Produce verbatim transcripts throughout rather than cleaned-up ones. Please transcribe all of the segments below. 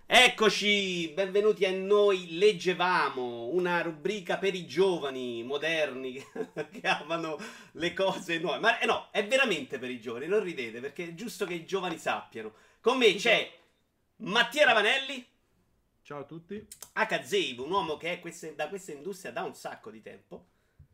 Eccoci, benvenuti a Noi Leggevamo, una rubrica per i giovani moderni che amano le cose nuove. Ma eh no, è veramente per i giovani, non ridete, perché è giusto che i giovani sappiano. Con me Scusa, c'è Mattia Ravanelli, ciao a tutti. H. Zeib, un uomo che è queste- da questa industria da un sacco di tempo.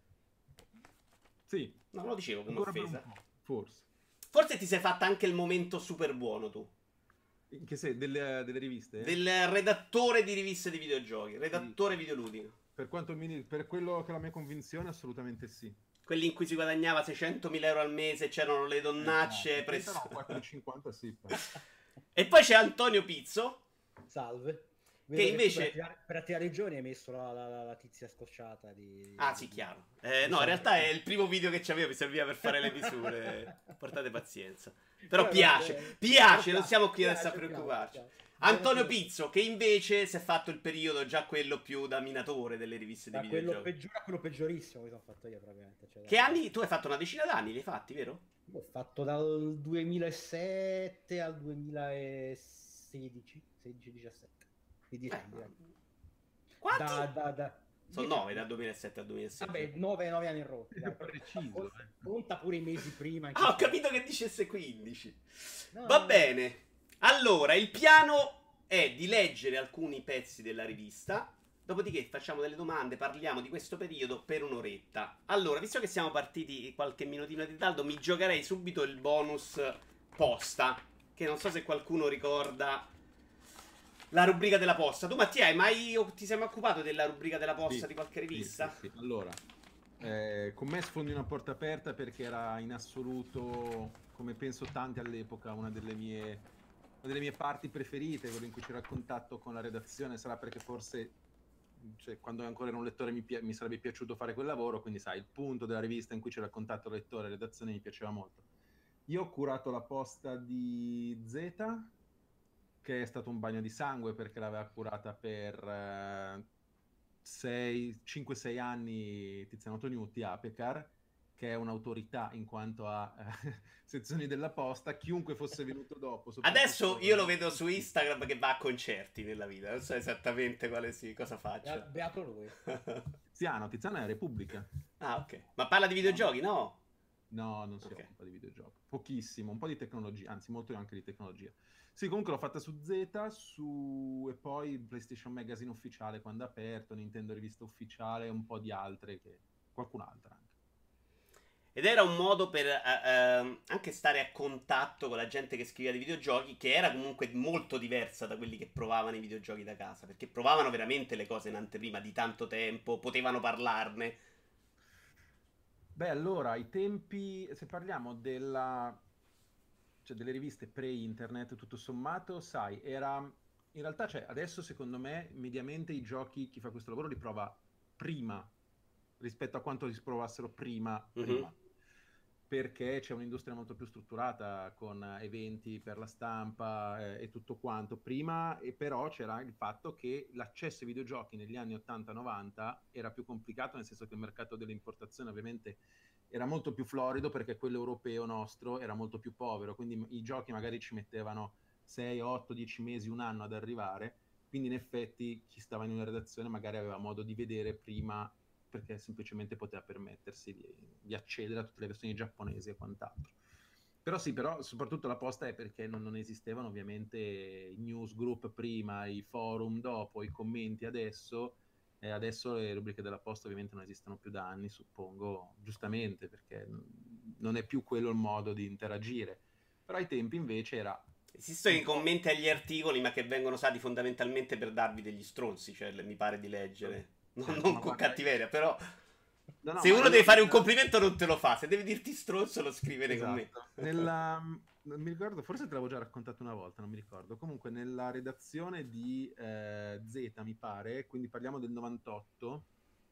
Sì, No, non lo dicevo come ancora per un offesa. po', forse. Forse ti sei fatta anche il momento super buono tu. In che sei? Delle, delle riviste? Del redattore di riviste di videogiochi, Sì. redattore videoludico. Per quanto mi, per quello che è la mia convinzione, assolutamente sì. Quelli in cui si guadagnava seicentomila euro al mese, c'erano le donnacce Esatto. Questa presso... no, quattro e cinquanta sì, però. E poi c'è Antonio Pizzo, Salve. che Vedo che tu per invece... attirare, per attirare i giovani hai messo la, la- la- la tizia scocciata Ah di, sì, di, chiaro. Eh, di no, in Salve. realtà è il primo video che c'avevo, mi serviva per fare le misure. Portate pazienza. Però Però va piace, bene. Però piace, non piace, siamo qui adesso a piace, piace, preoccuparci. piace. Bene Antonio attivato. Pizzo, che invece si è fatto il periodo già quello più da minatore delle riviste di Da quello videogiochi. peggiore a quello peggiorissimo che sono fatto io, praticamente. Cioè, Che da- anni? Tu hai fatto una decina d'anni, li hai fatti, vero? L'ho fatto dal duemilasette al duemilasedici, sedici diciassette. Di dieci Eh, anni, ma- dai. Da, Quanti? da, da Sono dieci nove, anni. dal duemilasette al Vabbè, duemilasedici. nove anni rotti, È dai. Però preciso, conta, eh. conta pure i mesi prima in cui Ah, ho c'era. capito che dicesse quindici. No, Va no, no. bene. Allora, il piano è di leggere alcuni pezzi della rivista. Dopodiché facciamo delle domande, parliamo di questo periodo per un'oretta. Allora, visto che siamo partiti qualche minutino di ritardo, mi giocherei subito il bonus posta. Che non so se qualcuno ricorda la rubrica della posta. Tu, Mattia, hai mai o ti sei mai occupato della rubrica della posta Sì, di qualche sì, sì, rivista? sì. Allora, eh, con me sfondi una porta aperta perché era in assoluto, come penso tanti all'epoca, una delle mie, una delle mie parti preferite, quello in cui c'era il contatto con la redazione. Sarà perché forse, cioè, quando ancora ero un lettore mi, pi- mi sarebbe piaciuto fare quel lavoro, quindi sai, il punto della rivista in cui c'era il contatto lettore-redazione mi piaceva molto. Io ho curato la posta di Z, che è stato un bagno di sangue perché l'aveva curata per eh, cinque sei anni Tiziano Tognuti, Apecar, che è un'autorità in quanto a eh, sezioni della posta. Chiunque fosse venuto dopo, Adesso soprattutto io lo gli vedo su uffici. Instagram che va a concerti nella vita, non so esattamente quale sia, cosa Bea- faccia. Beato lui. Tiziano, Tiziano è Repubblica. Ah, ok. Ma parla di No, videogiochi, no? no, non si Ok. occupa di videogiochi. Pochissimo, un po' di tecnologia, anzi molto anche di tecnologia. Sì, comunque l'ho fatta su Z, su... e poi PlayStation Magazine ufficiale quando è aperto, Nintendo Rivista Ufficiale e un po' di altre, che... qualcun'altra anche. Ed era un modo per eh, ehm, anche stare a contatto con la gente che scriveva di videogiochi, che era comunque molto diversa da quelli che provavano i videogiochi da casa, perché provavano veramente le cose in anteprima di tanto tempo, potevano parlarne. Beh, allora, ai tempi, se parliamo della, cioè delle riviste pre-internet, tutto sommato, sai, era, in realtà, cioè, adesso secondo me, mediamente i giochi, chi fa questo lavoro li prova prima, rispetto a quanto li provassero prima, Mhm. prima. Perché c'è un'industria molto più strutturata con eventi per la stampa eh, e tutto quanto prima, e però c'era il fatto che l'accesso ai videogiochi negli anni ottanta novanta era più complicato, nel senso che il mercato delle importazioni ovviamente era molto più florido perché quello europeo nostro era molto più povero, quindi i giochi magari ci mettevano sei, otto, dieci mesi, un anno ad arrivare, quindi in effetti chi stava in una redazione magari aveva modo di vedere prima perché semplicemente poteva permettersi di, di accedere a tutte le versioni giapponesi e quant'altro. Però sì, però soprattutto la posta è perché non, non esistevano ovviamente i newsgroup prima, i forum dopo, i commenti adesso, e adesso le rubriche della posta ovviamente non esistono più da anni, suppongo, giustamente, perché non è più quello il modo di interagire. Però ai tempi invece era Esistono i un po'... commenti agli articoli, ma che vengono usati fondamentalmente per darvi degli stronzi, cioè mi pare di leggere. Non, Certo, non ma con guarda, cattiveria, però no, no, se ma uno deve io fare un nella, complimento non te lo fa, se deve dirti stronzo lo scrivere con me. esatto. Nella, non mi ricordo, forse te l'avevo già raccontato una volta, non mi ricordo. Comunque, nella redazione di eh, Z, mi pare, quindi parliamo del novantotto,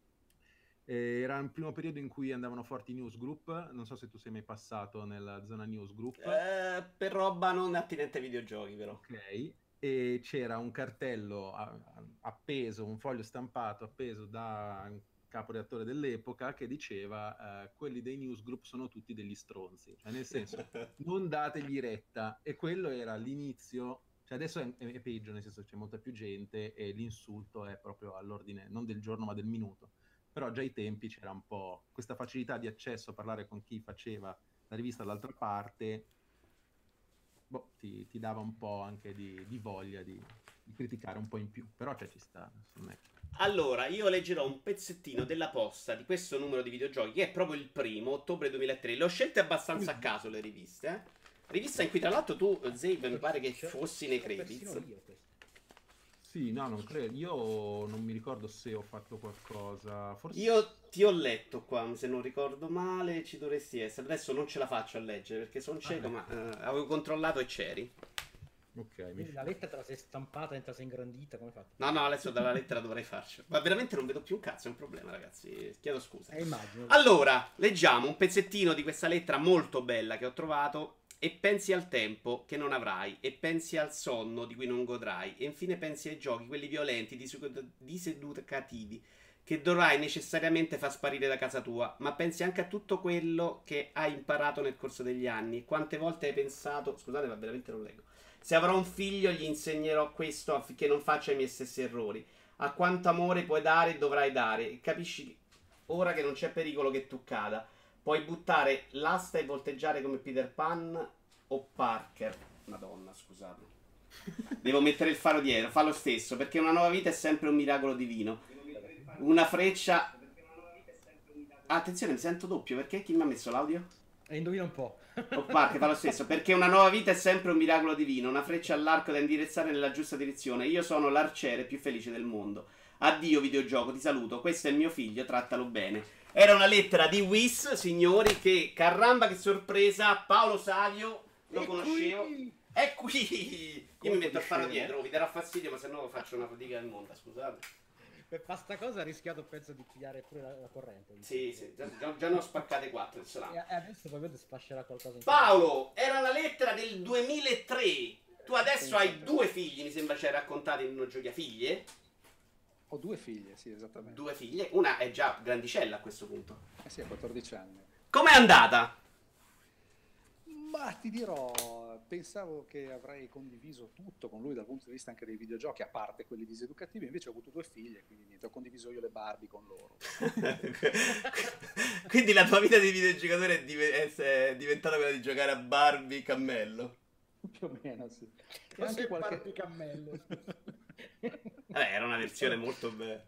eh, era il primo periodo in cui andavano forti i newsgroup. Non so se tu sei mai passato nella zona newsgroup. Eh, per roba non attinente ai videogiochi, però. Ok, e c'era un cartello a- a- appeso, un foglio stampato appeso da un caporedattore dell'epoca che diceva eh, quelli dei newsgroup sono tutti degli stronzi, cioè nel senso non dategli retta, e quello era l'inizio, Cioè adesso è, è peggio, nel senso che c'è molta più gente e l'insulto è proprio all'ordine, non del giorno ma del minuto. Però già ai tempi c'era un po' questa facilità di accesso a parlare con chi faceva la rivista dall'altra parte, boh, ti, ti dava un po' anche di, di voglia di, di criticare un po' in più. Però cioè, ci sta, non è che... Allora, io leggerò un pezzettino della posta di questo numero di videogiochi, che è proprio il primo, ottobre duemilatré. Le ho scelte abbastanza a caso le riviste, eh. Rivista in cui tra l'altro tu, Zabe, mi pare che fossi nei credits. Sì, no, non credo. Io non mi ricordo se ho fatto qualcosa. Forse... Io ti ho letto qua, se non ricordo male, ci dovresti essere. Adesso non ce la faccio a leggere perché sono cieco, ah, ma eh, avevo controllato e c'eri. Ok. Quindi la lettera te la sei stampata e te la sei ingrandita, come fai? No, no, adesso dalla lettera dovrei farcela. Ma veramente non vedo più un cazzo, è un problema, ragazzi. Chiedo scusa. Eh, immagino. Allora, leggiamo un pezzettino di questa lettera molto bella che ho trovato. E pensi al tempo che non avrai, e pensi al sonno di cui non godrai, e infine pensi ai giochi, quelli violenti, diseducativi, che dovrai necessariamente far sparire da casa tua, ma pensi anche a tutto quello che hai imparato nel corso degli anni, e quante volte hai pensato, scusate ma veramente non leggo, se avrò un figlio gli insegnerò questo affinché non faccia i miei stessi errori, a quanto amore puoi dare e dovrai dare, e capisci ora che non c'è pericolo che tu cada. Puoi buttare l'asta e volteggiare come Peter Pan o Parker. Madonna, scusate. Devo mettere il faro dietro, fa lo stesso, perché una nuova vita è sempre un miracolo divino. Una freccia... Attenzione, mi sento doppio, perché chi mi ha messo l'audio? E indovina un po'. O Parker, fa lo stesso, perché una nuova vita è sempre un miracolo divino. Una freccia all'arco da indirizzare nella giusta direzione. Io sono l'arciere più felice del mondo. Addio videogioco, ti saluto, questo è il mio figlio, trattalo bene. Era una lettera di Whis, signori, che caramba che sorpresa, Paolo Savio, lo è conoscevo. Qui. È qui! Io mi metto a farlo dietro, vi darà fastidio, ma se no faccio una fatica del mondo, scusate. Per fare sta cosa ha rischiato, penso, di pigliare pure la, la corrente. Sì, sì, già, già, già ne ho spaccate quattro, E adesso probabilmente sfascerà qualcosa in Paolo, era una lettera del duemilatré. Tu adesso hai due figli, mi sembra ci hai raccontato in uno giochi a figlie. Ho due figlie, sì, esattamente. Due figlie, una è già grandicella a questo punto. Eh sì, ha quattordici anni. Com'è andata? Ma ti dirò, pensavo che avrei condiviso tutto con lui dal punto di vista anche dei videogiochi, a parte quelli diseducativi, invece ho avuto due figlie, quindi niente, ho condiviso io le Barbie con loro. Quindi la tua vita di videogiocatore è, div- è diventata quella di giocare a Barbie cammello? Più o meno, sì. E anche qualche... Barbie cammello. Vabbè, era una versione molto bella.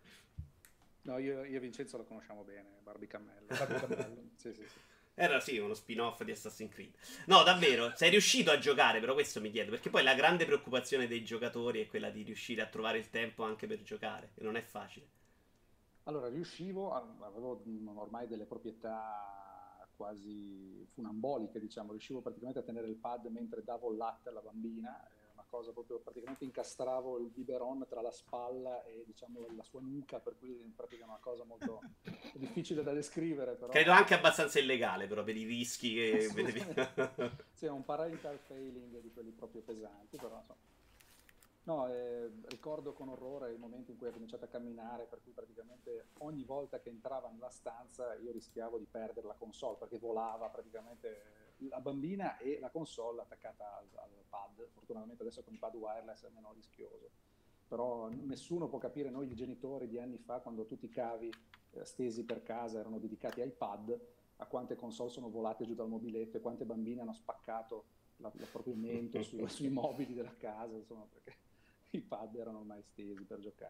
No, io, io e Vincenzo lo conosciamo bene, Barbie cammello. Barbie cammello. Sì, sì, sì. Era sì, uno spin-off di Assassin's Creed. No, davvero, sei riuscito a giocare, però questo mi chiedo, perché poi la grande preoccupazione dei giocatori è quella di riuscire a trovare il tempo anche per giocare, e non è facile. Allora, riuscivo, avevo ormai delle proprietà quasi funamboliche, diciamo, riuscivo praticamente a tenere il pad mentre davo il latte alla bambina, una cosa proprio, praticamente incastravo il biberon tra la spalla e, diciamo, la sua nuca, per cui in pratica è una cosa molto difficile da descrivere, però... Credo anche abbastanza illegale, però, per i rischi che vedevi. Sì, è un parental failing di quelli proprio pesanti, però insomma... No, eh, ricordo con orrore il momento in cui ha cominciato a camminare, per cui praticamente ogni volta che entrava nella stanza io rischiavo di perdere la console, perché volava praticamente la bambina e la console attaccata al, al pad. Fortunatamente adesso con i pad wireless è meno rischioso, però nessuno può capire, noi genitori di anni fa, quando tutti i cavi eh, stesi per casa erano dedicati ai pad, a quante console sono volate giù dal mobiletto e quante bambine hanno spaccato la, la proprio mento su, sui mobili della casa, insomma, perché i pad erano ormai stesi per giocare.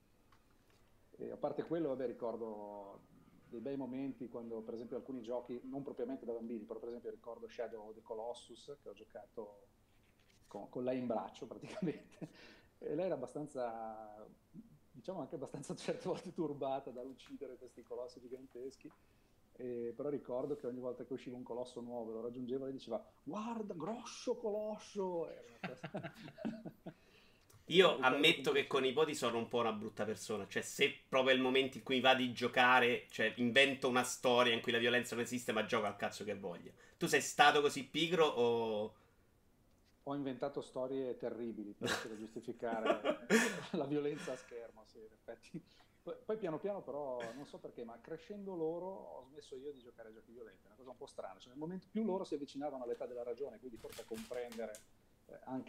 E a parte quello, vabbè, ricordo dei bei momenti quando, per esempio, alcuni giochi, non propriamente da bambini, però per esempio ricordo Shadow of the Colossus, che ho giocato con, con lei in braccio praticamente, e lei era abbastanza, diciamo anche abbastanza certe volte turbata dall'uccidere questi colossi giganteschi. Eh, però ricordo che ogni volta che usciva un colosso nuovo lo raggiungevo e lei diceva guarda, grosso colosso. Era una cosa... Io ammetto che con i nipoti sono un po' una brutta persona. Cioè, se proprio è il momento in cui va di giocare, cioè invento una storia in cui la violenza non esiste, ma gioco al cazzo che voglio. Tu sei stato così pigro o... Ho inventato storie terribili per giustificare la violenza a schermo, sì, in effetti. Poi, poi piano piano però, non so perché, ma crescendo loro ho smesso io di giocare a giochi violenti, è una cosa un po' strana. Cioè, nel momento più loro si avvicinavano all'età della ragione, quindi forse a comprendere eh, anche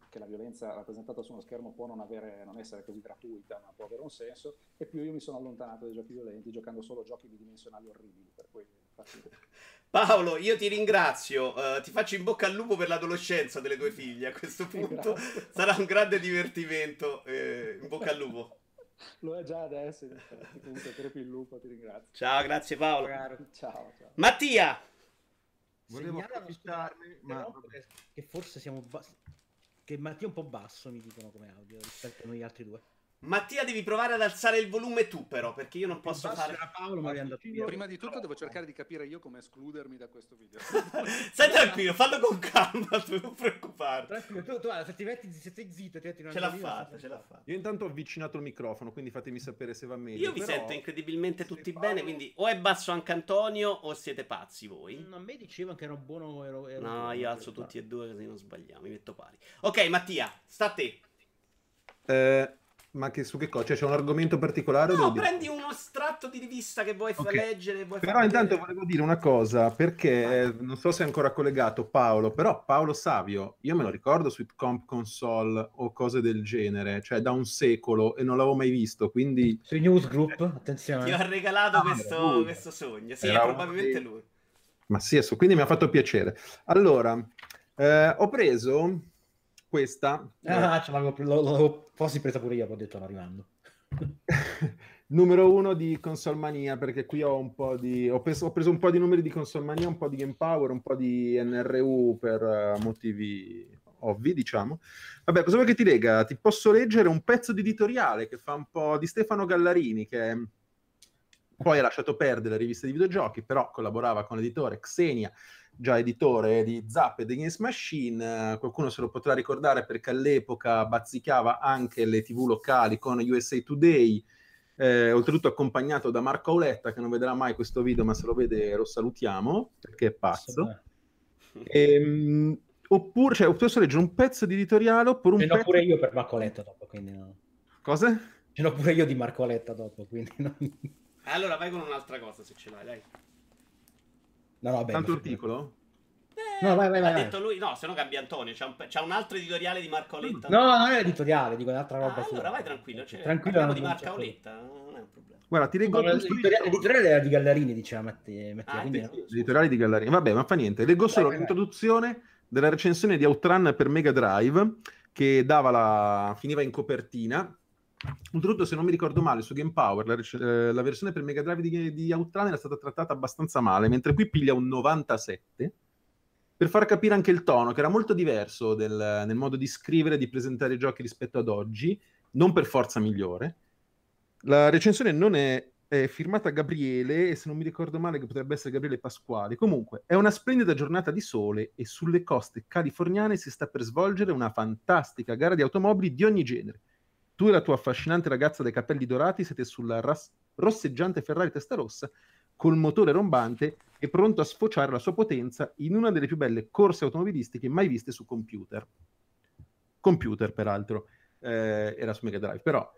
che la violenza rappresentata su uno schermo può non, avere, non essere così gratuita, ma può avere un senso, e più io mi sono allontanato dai giochi violenti giocando solo giochi bidimensionali orribili, per cui infatti... Paolo, io ti ringrazio, uh, ti faccio in bocca al lupo per l'adolescenza delle tue figlie a questo punto, Grazie. sarà un grande divertimento, eh, in bocca al lupo. Lo è già adesso, in effetti. Comunque crepi il lupo, ti ringrazio. Ciao, grazie Paolo. Ciao, ciao. Mattia! Volevo Segnalano, approfittarne, scusa, ma però, che forse siamo bas- che Mattia è un po' basso, mi dicono, come audio rispetto a noi altri due. Mattia, devi provare ad alzare il volume tu però, perché io non Più posso basso fare... era Paolo, ma è andato via. Prima di tutto devo cercare di capire io come escludermi da questo video. Stai tranquillo, fallo con calma, tu non preoccuparti. Tranquillo, tu, tu, se ti metti, se stai zitto, ti metti una Ce l'ha angolina, fatta, non ce l'ha fa. fatta. io intanto ho avvicinato il microfono, quindi fatemi sapere se va meglio. Io vi però... sento incredibilmente se tutti Paolo- bene, quindi o è basso anche Antonio o siete pazzi voi. A me dicevano che ero buono, ero, ero No, buono, io non alzo so. tutti e due così non sbagliamo, mi metto pari. Ok, Mattia, sta a te. Eh, ma che su che cosa? Cioè, c'è un argomento particolare? o No, devo dire- prendi uno estratto di rivista che vuoi Ok. leggere, vuoi Però far intanto vedere. volevo dire una cosa, perché Vai. eh, non so se è ancora collegato Paolo, però Paolo Savio, io me lo ricordo su Comp Console o cose del genere, cioè da un secolo e non l'avevo mai visto, quindi... Sui newsgroup, Ti ho attenzione. regalato Ah, questo, era lui. questo sogno. Sì, Era è uno probabilmente dei- lui. Ma sì, adesso, quindi mi ha fatto piacere. Allora, eh, ho preso questa... eh, Ah, ce l'avevo, lo- l'avevo quasi presa pure io, poi ho detto la rimando. numero uno di Consolmania, perché qui ho un po' di ho preso, ho preso un po' di numeri di Consolmania, un po' di Game Power, un po' di N R U per eh, motivi ovvi, diciamo. Vabbè, cosa vuoi che ti lega? Ti posso leggere un pezzo di editoriale che fa un po' di Stefano Gallarini, che poi ha lasciato perdere la rivista di videogiochi, però collaborava con l'editore Xenia, già editore di Zap e The Games Machine. Eh, qualcuno se lo potrà ricordare perché all'epoca bazzicava anche le tivù locali con U S A Today, eh, oltretutto accompagnato da Marco Auletta, che non vedrà mai questo video, ma se lo vede lo salutiamo, perché è pazzo. Ehm, oppure, cioè, posso leggere un pezzo di editoriale oppure un Ce n'ho pezzo... pure io per Marco Letta dopo, quindi no. Cosa? Ce n'ho pure io di Marco Letta dopo, quindi no. Allora vai con un'altra cosa se ce l'hai, dai. No, no, vabbè, Tanto ma- articolo? Eh, No, vai, vai, vai, ha vai. detto lui, no, se no cambia Antonio. C'ha un, pe- c'ha un altro editoriale di Marco Auletta. No, non è editoriale, dico un'altra Ah, roba. allora sua. vai tranquillo. Cioè, Tranquillo. parliamo di non Marco c'è Auletta, non è un problema. Guarda, ti leggo problema. il L'editoriale, l'editoriale era di Gallarini, diceva Mattia. Mattia Ah, quindi è vero. no. L'editoriale di Gallarini. Vabbè, ma fa niente. Leggo solo Vai, vai, vai. l'introduzione della recensione di Outrun per Mega Drive, che dava la... finiva in copertina. Oltretutto, se non mi ricordo male, su Game Power la, rec- eh, la versione per Mega Drive di, di Outrun era stata trattata abbastanza male, mentre qui piglia un novantasette, per far capire anche il tono, che era molto diverso del- nel modo di scrivere e di presentare i giochi rispetto ad oggi, non per forza migliore. La recensione non è, è firmata Gabriele, e se non mi ricordo male che potrebbe essere Gabriele Pasquali. Comunque, è una splendida giornata di sole e sulle coste californiane si sta per svolgere una fantastica gara di automobili di ogni genere. Tu e la tua affascinante ragazza dai capelli dorati siete sulla ras- rosseggiante Ferrari Testarossa col motore rombante e pronto a sfociare la sua potenza in una delle più belle corse automobilistiche mai viste su computer. Computer, peraltro, eh, era su Mega Drive, però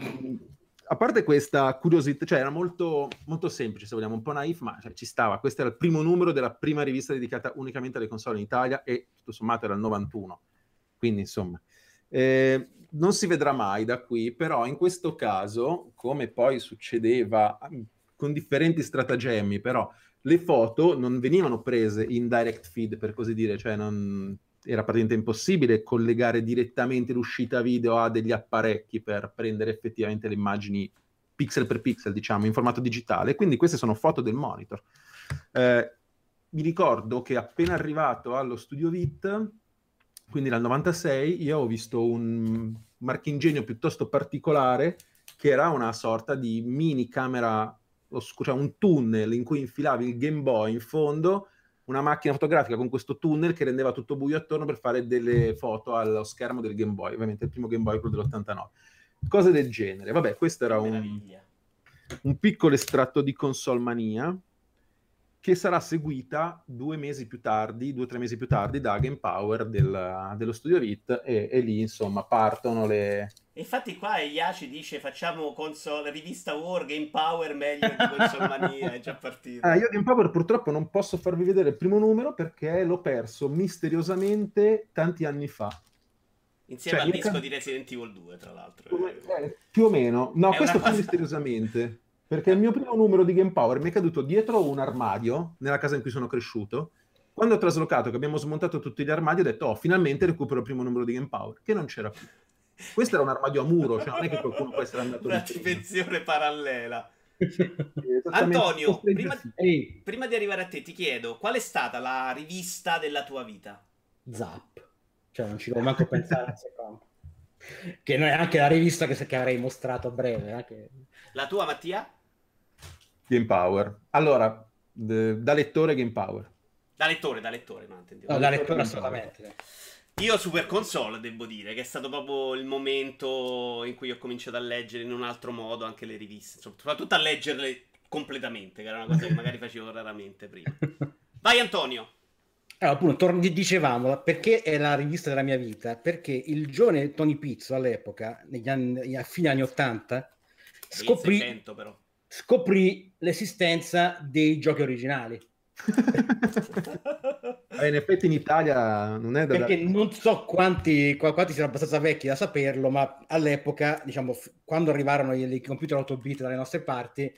a parte questa curiosità, cioè era molto, molto semplice, se vogliamo, un po' naif, ma cioè, ci stava. Questo era il primo numero della prima rivista dedicata unicamente alle console in Italia e tutto sommato era il novantuno. Quindi, insomma, eh, non si vedrà mai da qui, però in questo caso, come poi succedeva con differenti stratagemmi, però le foto non venivano prese in direct feed, per così dire, cioè non... era praticamente impossibile collegare direttamente l'uscita video a degli apparecchi per prendere effettivamente le immagini pixel per pixel, diciamo, in formato digitale. Quindi queste sono foto del monitor. Eh, mi ricordo che appena arrivato allo Studio Vit, quindi dal novantasei, io ho visto un marchingegno piuttosto particolare, che era una sorta di mini camera, cioè un tunnel in cui infilavi il Game Boy in fondo, una macchina fotografica con questo tunnel che rendeva tutto buio attorno per fare delle foto allo schermo del Game Boy, ovviamente il primo Game Boy, quello dell'ottantanove. Cose del genere. Vabbè, questo era un, un piccolo estratto di Consolmania, che sarà seguita due mesi più tardi, due o tre mesi più tardi, da Game Power del, dello Studio Vit, e, e lì, insomma, partono le... Infatti qua Iaci dice facciamo console, rivista War, Game Power meglio di Consolmania, è già partito. Ah, io Game Power purtroppo non posso farvi vedere il primo numero perché l'ho perso misteriosamente tanti anni fa. Insieme Cioè, al mi è disco ca- di Resident Evil due, tra l'altro. Eh, più o meno. No, È questo una più cosa- misteriosamente. Perché il mio primo numero di Game Power mi è caduto dietro un armadio, nella casa in cui sono cresciuto. Quando ho traslocato, che abbiamo smontato tutti gli armadi, ho detto, oh, finalmente recupero il primo numero di Game Power, che non c'era più. Questo era un armadio a muro, cioè non è che qualcuno può essere andato Una lì prima. dimensione parallela. Sì, esattamente. Antonio, Stranger prima, Things. Ehi, prima di arrivare a te, ti chiedo, qual è stata la rivista della tua vita? Zap. Cioè, non ci devo manco pensare un secondo. Che non è anche la rivista che, che avrei mostrato a breve. eh, che- La tua, Mattia? Game Power. Allora, d- da lettore Game Power. Da lettore, da lettore, no, intendiamo. No, da lettore assolutamente. Io Super Console, devo dire, che è stato proprio il momento in cui ho cominciato a leggere in un altro modo anche le riviste, soprattutto a leggerle completamente, che era una cosa che magari facevo raramente prima. Vai Antonio! Allora, appunto, tor- dicevamo, perché è la rivista della mia vita? Perché il giovane Tony Pizzo all'epoca, negli anni, a fine anni ottanta, scoprì, seicento però. scoprì l'esistenza dei giochi originali. Eh, in effetti in Italia non è da... Perché non so quanti, qu- quanti siano abbastanza vecchi da saperlo, ma all'epoca, diciamo, f- quando arrivarono i, i computer otto bit dalle nostre parti,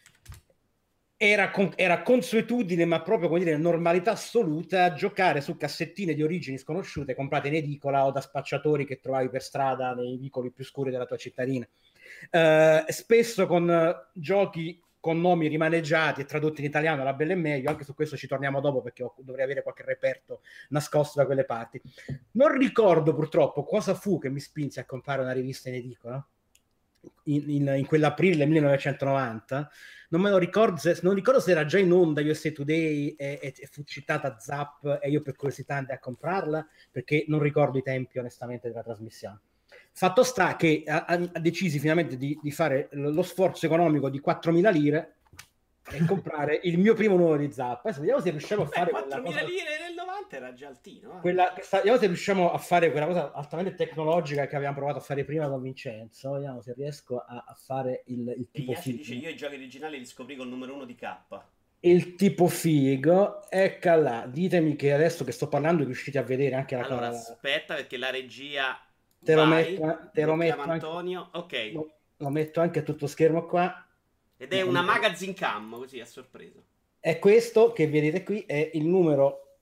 era, con- era consuetudine, ma proprio come dire, normalità assoluta, giocare su cassettine di origini sconosciute comprate in edicola o da spacciatori che trovavi per strada nei vicoli più scuri della tua cittadina. Eh, spesso con eh, giochi con nomi rimaneggiati e tradotti in italiano, la bella e meglio, anche su questo ci torniamo dopo perché ho, dovrei avere qualche reperto nascosto da quelle parti. Non ricordo purtroppo cosa fu che mi spinse a comprare una rivista in edicola in, in, in quell'aprile millenovecentonovanta. Non me lo ricordo se, non ricordo se era già in onda U S A Today e, e, e fu citata Zap e io per curiosità andai a comprarla perché non ricordo i tempi onestamente della trasmissione. Fatto sta che ha, ha decisi finalmente di, di fare lo sforzo economico di quattromila lire e comprare il mio primo numero di Zap. Adesso vediamo se riusciamo a fare quattromila cosa... lire nel novanta era già altino. Eh. Quella, vediamo se riusciamo a fare quella cosa altamente tecnologica che abbiamo provato a fare prima con Vincenzo. Vediamo se riesco a, a fare il, il tipo figo. Dice, io i giochi originali li scoprì col numero uno di K. Il tipo figo, ecco là. Ditemi che adesso che sto parlando riuscite a vedere anche la allora, cosa. Aspetta perché la regia... Te lo vai, metto, te lo metto Antonio. Anche, ok. Lo, lo metto anche a tutto schermo qua. Ed è una magazine cam, così a sorpresa. È questo che vedete qui, è il numero,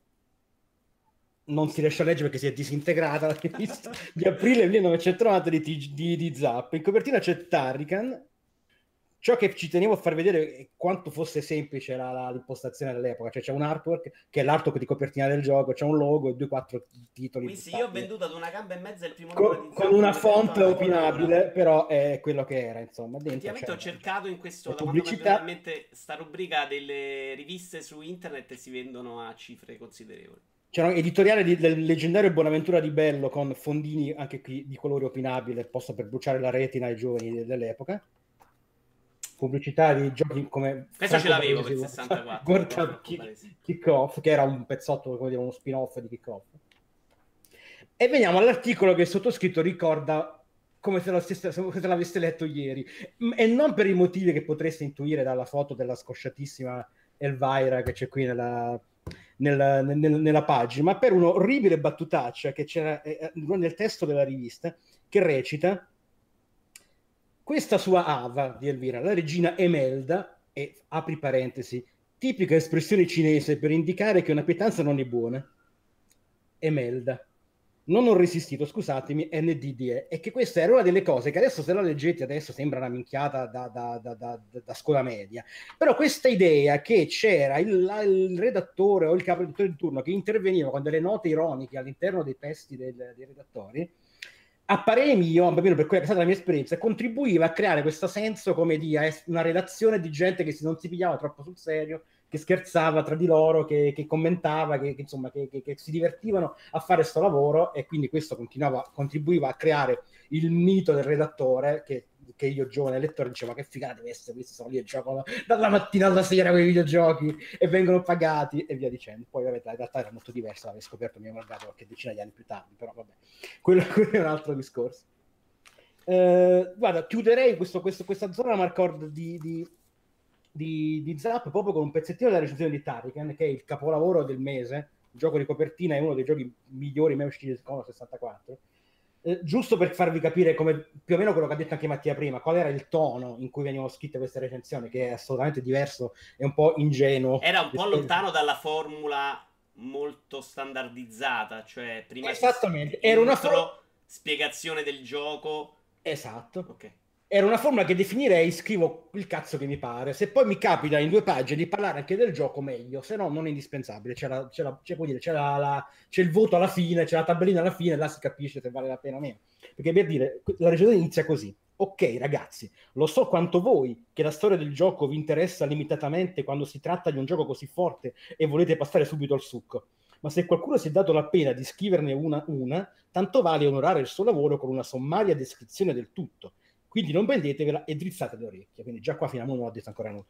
non si riesce a leggere perché si è disintegrata la rivista, di aprile millenovecentonovanta di, di, di Zap. In copertina c'è Tarrican. Ciò che ci tenevo a far vedere è quanto fosse semplice la, la, l'impostazione dell'epoca. Cioè c'è un artwork, che è l'artwork di copertina del gioco, c'è un logo e due quattro titoli. Qui sì, io ho venduto ad una gamba e mezza il primo con, numero di Zap, con una font opinabile, però è quello che era, insomma. Effettivamente ho cercato in questo, da pubblicità. quando sta rubrica delle riviste su internet e si vendono a cifre considerevoli. C'era un editoriale di, del leggendario Bonaventura Di Bello con fondini anche qui di colore opinabile, posto per bruciare la retina ai giovani dell'epoca. Pubblicità di giochi come questo ce l'avevo per sessantaquattro Kick Off, che era un pezzotto, come dire, uno spin-off di Kick Off. E veniamo all'articolo che il sottoscritto ricorda come se, stesse, se l'aveste letto ieri, e non per i motivi che potreste intuire dalla foto della scosciatissima Elvira che c'è qui nella, nella, nella, nella pagina, ma per un'orribile battutaccia che c'era eh, nel testo della rivista, che recita: questa sua Ava di Elvira, la regina Emelda, e apri parentesi, tipica espressione cinese per indicare che una pietanza non è buona. Emelda. Non ho resistito, scusatemi, N D D E. E che questa era una delle cose che adesso, se la leggete, adesso sembra una minchiata da, da, da, da, da scuola media. Però questa idea che c'era il, la, il redattore o il capo redattore di turno che interveniva con delle note ironiche all'interno dei testi del, dei redattori, a parere mio, almeno per quella che è stata la mia esperienza, contribuiva a creare questo senso come di una relazione di gente che non si pigliava troppo sul serio, che scherzava tra di loro, che, che commentava, che, che insomma che, che, che si divertivano a fare questo lavoro, e quindi questo continuava, contribuiva a creare il mito del redattore che, che io giovane lettore dicevo: ma che figata deve essere, questi sono lì e giocano dalla mattina alla sera con i videogiochi e vengono pagati e via dicendo. Poi vabbè, la realtà era molto diversa, l'avevo scoperto mio malgrado qualche decina di anni più tardi, però vabbè, quello, quello è un altro discorso. Eh, guarda, chiuderei questo, questo, questa zona Marcord di, di Di, di Zap proprio con un pezzettino della recensione di Tariken, che è il capolavoro del mese, il gioco di copertina, è uno dei giochi migliori mai usciti secondo sessantaquattro, Eh, giusto per farvi capire come più o meno quello che ha detto anche Mattia prima, qual era il tono in cui venivano scritte queste recensioni, che è assolutamente diverso e un po' ingenuo. Era un po' lontano dalla formula molto standardizzata, cioè prima Esattamente, di era una intro, for- spiegazione del gioco. Esatto. Ok. Era una formula che definirei scrivo il cazzo che mi pare. Se poi mi capita in due pagine di parlare anche del gioco, meglio, se no non è indispensabile. C'è, la, c'è, la, c'è, puoi dire, c'è, la, la, c'è il voto alla fine, c'è la tabellina alla fine, là si capisce se vale la pena o meno. Perché per dire, la recensione inizia così. Ok ragazzi, lo so quanto voi che la storia del gioco vi interessa limitatamente quando si tratta di un gioco così forte e volete passare subito al succo. Ma se qualcuno si è dato la pena di scriverne una una, tanto vale onorare il suo lavoro con una sommaria descrizione del tutto. Quindi non prendetevela e drizzate le orecchie. Quindi già qua fino a ora non ho detto ancora nulla.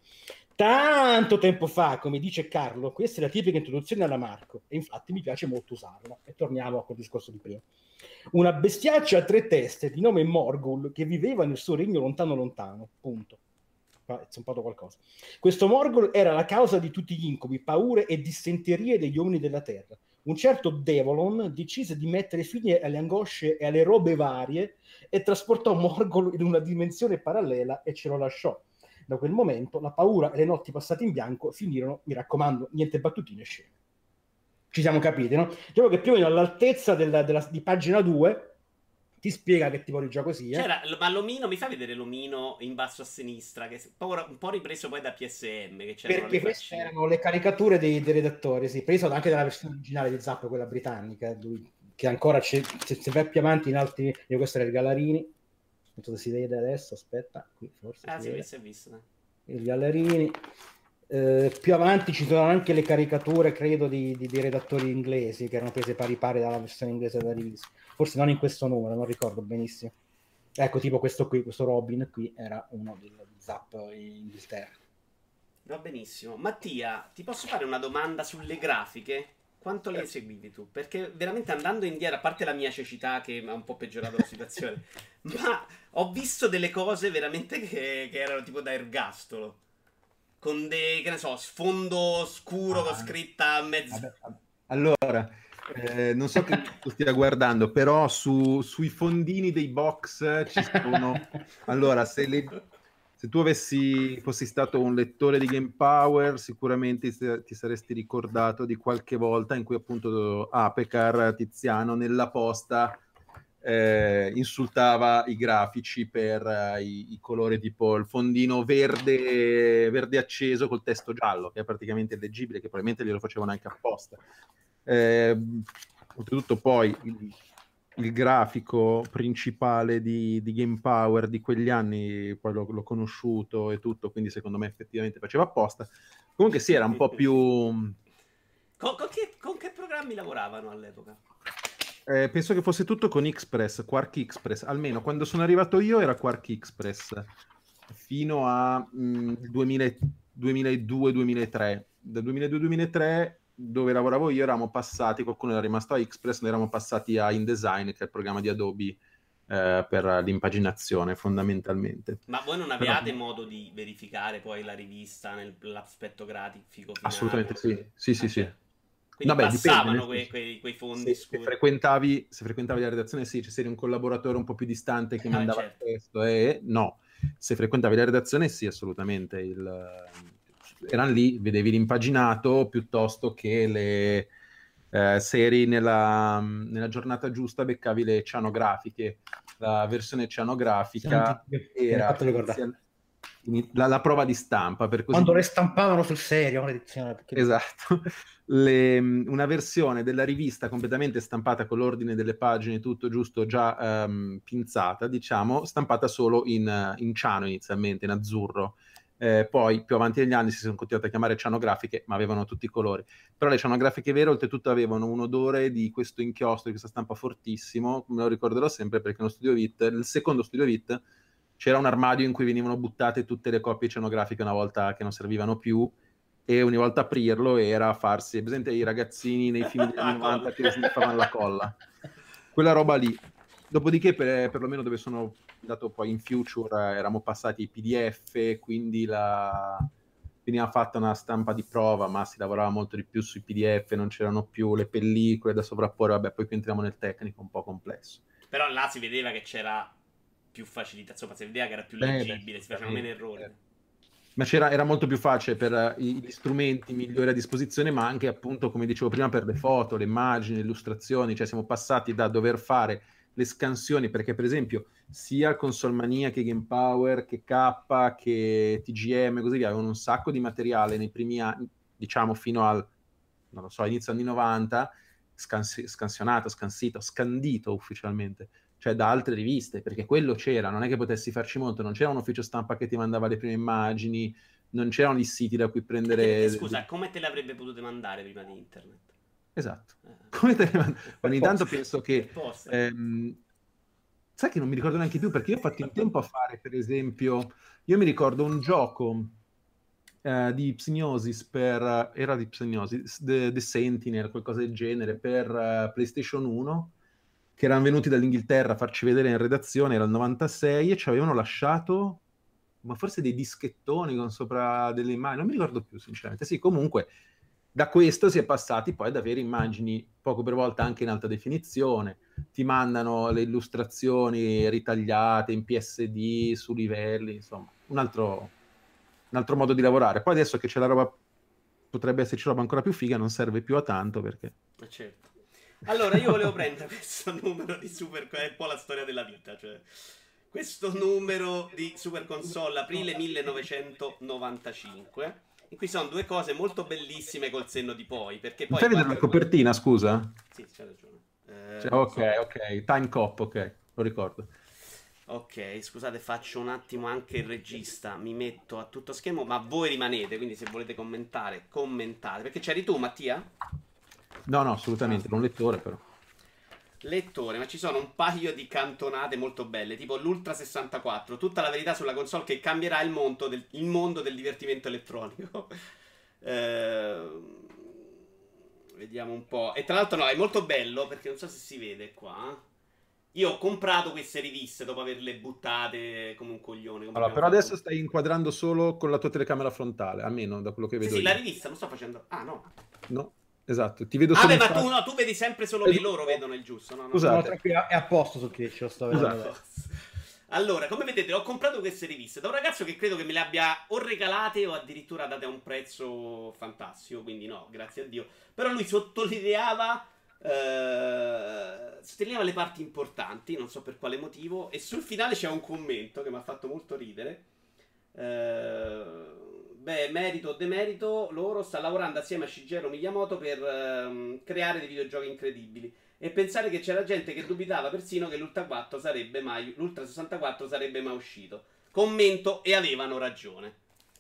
Tanto tempo fa, come dice Carlo, questa è la tipica introduzione alla Marco e infatti mi piace molto usarla. E torniamo a quel discorso di prima. Una bestiaccia a tre teste di nome Morgul che viveva nel suo regno lontano lontano. Punto. È zompato qualcosa. Questo Morgul era la causa di tutti gli incubi, paure e dissenterie degli uomini della terra. Un certo Devolon decise di mettere fine alle angosce e alle robe varie e trasportò Morgul in una dimensione parallela e ce lo lasciò. Da quel momento la paura e le notti passate in bianco finirono, mi raccomando, niente battutine scene. Ci siamo capiti, no? Diciamo che più o meno all'altezza della, della, di pagina due ti spiega che tipo di gioco sia. C'era, ma l'omino, mi fa vedere l'omino in basso a sinistra, che è un po' ripreso poi da P S M, che c'erano perché le queste faccine. erano le caricature dei, dei redattori, sì, preso anche dalla versione originale di Zap, quella britannica, lui, che ancora c'è, se, se vai più avanti in altri, io questo era il Gallarini, non so se si vede adesso, aspetta, qui forse Ah si sì, vede. visto, visto. Il Gallarini. Eh, più avanti ci sono anche le caricature, credo, di, di, di redattori inglesi che erano prese pari pari dalla versione inglese della rivista. Forse non in questo numero, non ricordo benissimo. Ecco, tipo questo qui, questo Robin qui era uno di Zap in Inghilterra. Va benissimo. Mattia, ti posso fare una domanda sulle grafiche? Quanto le seguivi tu? Perché veramente andando indietro, a parte la mia cecità che ha un po' peggiorato la situazione, ma ho visto delle cose veramente che, che erano tipo da ergastolo. Con dei, che ne so, sfondo scuro ah, con scritta a mezzo. Vabbè, allora, eh, non so che tu stia guardando, però su, sui fondini dei box ci sono. Allora, se, le, se tu avessi fossi stato un lettore di Game Power, sicuramente ti saresti ricordato di qualche volta in cui appunto Apecar Tiziano nella posta Eh, insultava i grafici per uh, i, i colori, tipo il fondino verde, verde acceso col testo giallo, che è praticamente illeggibile, che probabilmente glielo facevano anche apposta. Eh, oltretutto poi il, il grafico principale di, di Game Power di quegli anni, poi l'ho, l'ho conosciuto e tutto, quindi secondo me effettivamente faceva apposta. Comunque sì, era un po' più... Con, con, che, con che programmi lavoravano all'epoca? Eh, penso che fosse tutto con Express, Quark Express, almeno quando sono arrivato io era Quark Express, fino a mh, duemiladue duemilatré. Da duemiladue duemilatré, dove lavoravo io, eravamo passati, qualcuno era rimasto a Express, noi eravamo passati a InDesign, che è il programma di Adobe eh, per l'impaginazione, fondamentalmente. Ma voi non abbiate Però... modo di verificare poi la rivista nell'aspetto grafico finale? Assolutamente sì, sì, sì, ah, sì. Quindi Vabbè, passavano dipende, quei, quei, quei fondi se, scuri. Se frequentavi, se frequentavi la redazione, sì, se eri un collaboratore un po' più distante che ah, mandava certo. il testo, e no. Se frequentavi la redazione, sì, assolutamente. Il, erano lì, vedevi l'impaginato piuttosto che le... Eh, se eri nella, nella giornata giusta, beccavi le cianografiche. La versione cianografica Senti, era la, la prova di stampa, per così quando dire. Le stampavano sul serio perché... esatto, le, una versione della rivista completamente stampata con l'ordine delle pagine tutto giusto, già um, pinzata, diciamo, stampata solo in, in ciano inizialmente, in azzurro. Eh, poi più avanti negli anni si sono continuate a chiamare cianografiche, ma avevano tutti i colori. Però le cianografiche vere oltretutto avevano un odore di questo inchiostro, di questa stampa fortissimo, me lo ricorderò sempre perché nello Studio Vit, il secondo Studio Vit, c'era un armadio in cui venivano buttate tutte le copie cianografiche una volta che non servivano più, e ogni volta aprirlo era farsi, presente i ragazzini nei film degli anni novanta che sniffavano la colla, quella roba lì. Dopodiché per, perlomeno dove sono andato poi in Future eravamo passati ai P D F, quindi la... veniva fatta una stampa di prova, ma si lavorava molto di più sui P D F, non c'erano più le pellicole da sovrapporre, vabbè, poi qui entriamo nel tecnico un po' complesso. Però là si vedeva che c'era più facilità, insomma, si vedeva che era più Beh, leggibile, beh, si facevano meno errori. Ma c'era, era molto più facile per uh, gli strumenti migliori a disposizione, ma anche appunto, come dicevo prima, per le foto, le immagini, le illustrazioni, cioè siamo passati da dover fare le scansioni, perché per esempio sia Console Mania che Game Power, che K, che T G M, così via, avevano un sacco di materiale nei primi anni, diciamo fino al, non lo so, inizio anni novanta, scansi- scansionato, scansito, scandito ufficialmente, cioè da altre riviste, perché quello c'era, non è che potessi farci molto, non c'era un ufficio stampa che ti mandava le prime immagini, non c'erano i siti da cui prendere... E scusa, come te le avrebbe potute mandare prima di internet? Esatto. Eh. Come te le mand- Ogni tanto penso che... Posta. Ehm, sai che non mi ricordo neanche più, perché io ho fatto in tempo a fare, per esempio, io mi ricordo un gioco eh, di Psygnosis per... era di Psygnosis, The, The Sentinel, qualcosa del genere, per uh, PlayStation uno, che erano venuti dall'Inghilterra a farci vedere in redazione, era il novantasei, e ci avevano lasciato, ma forse dei dischettoni con sopra delle immagini, non mi ricordo più sinceramente. Sì, comunque da questo si è passati poi ad avere immagini poco per volta anche in alta definizione, ti mandano le illustrazioni ritagliate in P S D su livelli, insomma, un altro, un altro modo di lavorare. Poi adesso che c'è la roba, potrebbe esserci roba ancora più figa, non serve più a tanto perché... Ma certo. Allora, io volevo prendere questo numero di Super... è un po' la storia della vita, cioè... Questo numero di Super Console, aprile millenovecentonovantacinque, in cui sono due cose molto bellissime col senno di poi, perché poi... Fai vedere la copertina, scusa? Sì, c'è ragione. Eh, cioè, ok, so. ok, Time Cop, ok, lo ricordo. Ok, scusate, faccio un attimo anche il regista, mi metto a tutto schermo, ma voi rimanete, quindi se volete commentare, commentate. Perché c'eri tu, Mattia? No, no, assolutamente, non lettore però. Lettore, ma ci sono un paio di cantonate molto belle, tipo l'Ultra sessantaquattro, tutta la verità sulla console che cambierà il mondo del, il mondo del divertimento elettronico. eh, vediamo un po'. E tra l'altro no, è molto bello, perché non so se si vede qua. Io ho comprato queste riviste dopo averle buttate come un coglione. Come allora, però fatto. adesso stai inquadrando solo con la tua telecamera frontale, almeno da quello che vedo Sì, sì, io. la rivista non sto facendo... Ah, no. No, esatto, ti vedo ah, solo... beh, ma fa... tu, no, tu vedi sempre solo me, loro vedono il giusto. No, no, Scusate. No, è a posto su Twitch, lo sto vedendo. Allora, come vedete, ho comprato queste riviste da un ragazzo che credo che me le abbia o regalate o addirittura date a un prezzo fantastico, quindi no, grazie a Dio. Però lui sottolineava... Uh, sottolineava le parti importanti, non so per quale motivo, e sul finale c'è un commento che mi ha fatto molto ridere. Uh, beh, merito o demerito, loro sta lavorando assieme a Shigeru Miyamoto per uh, creare dei videogiochi incredibili. E pensare che c'era gente che dubitava persino che l'Ultra quattro sarebbe mai, l'Ultra sessantaquattro sarebbe mai uscito. Commento, e avevano ragione.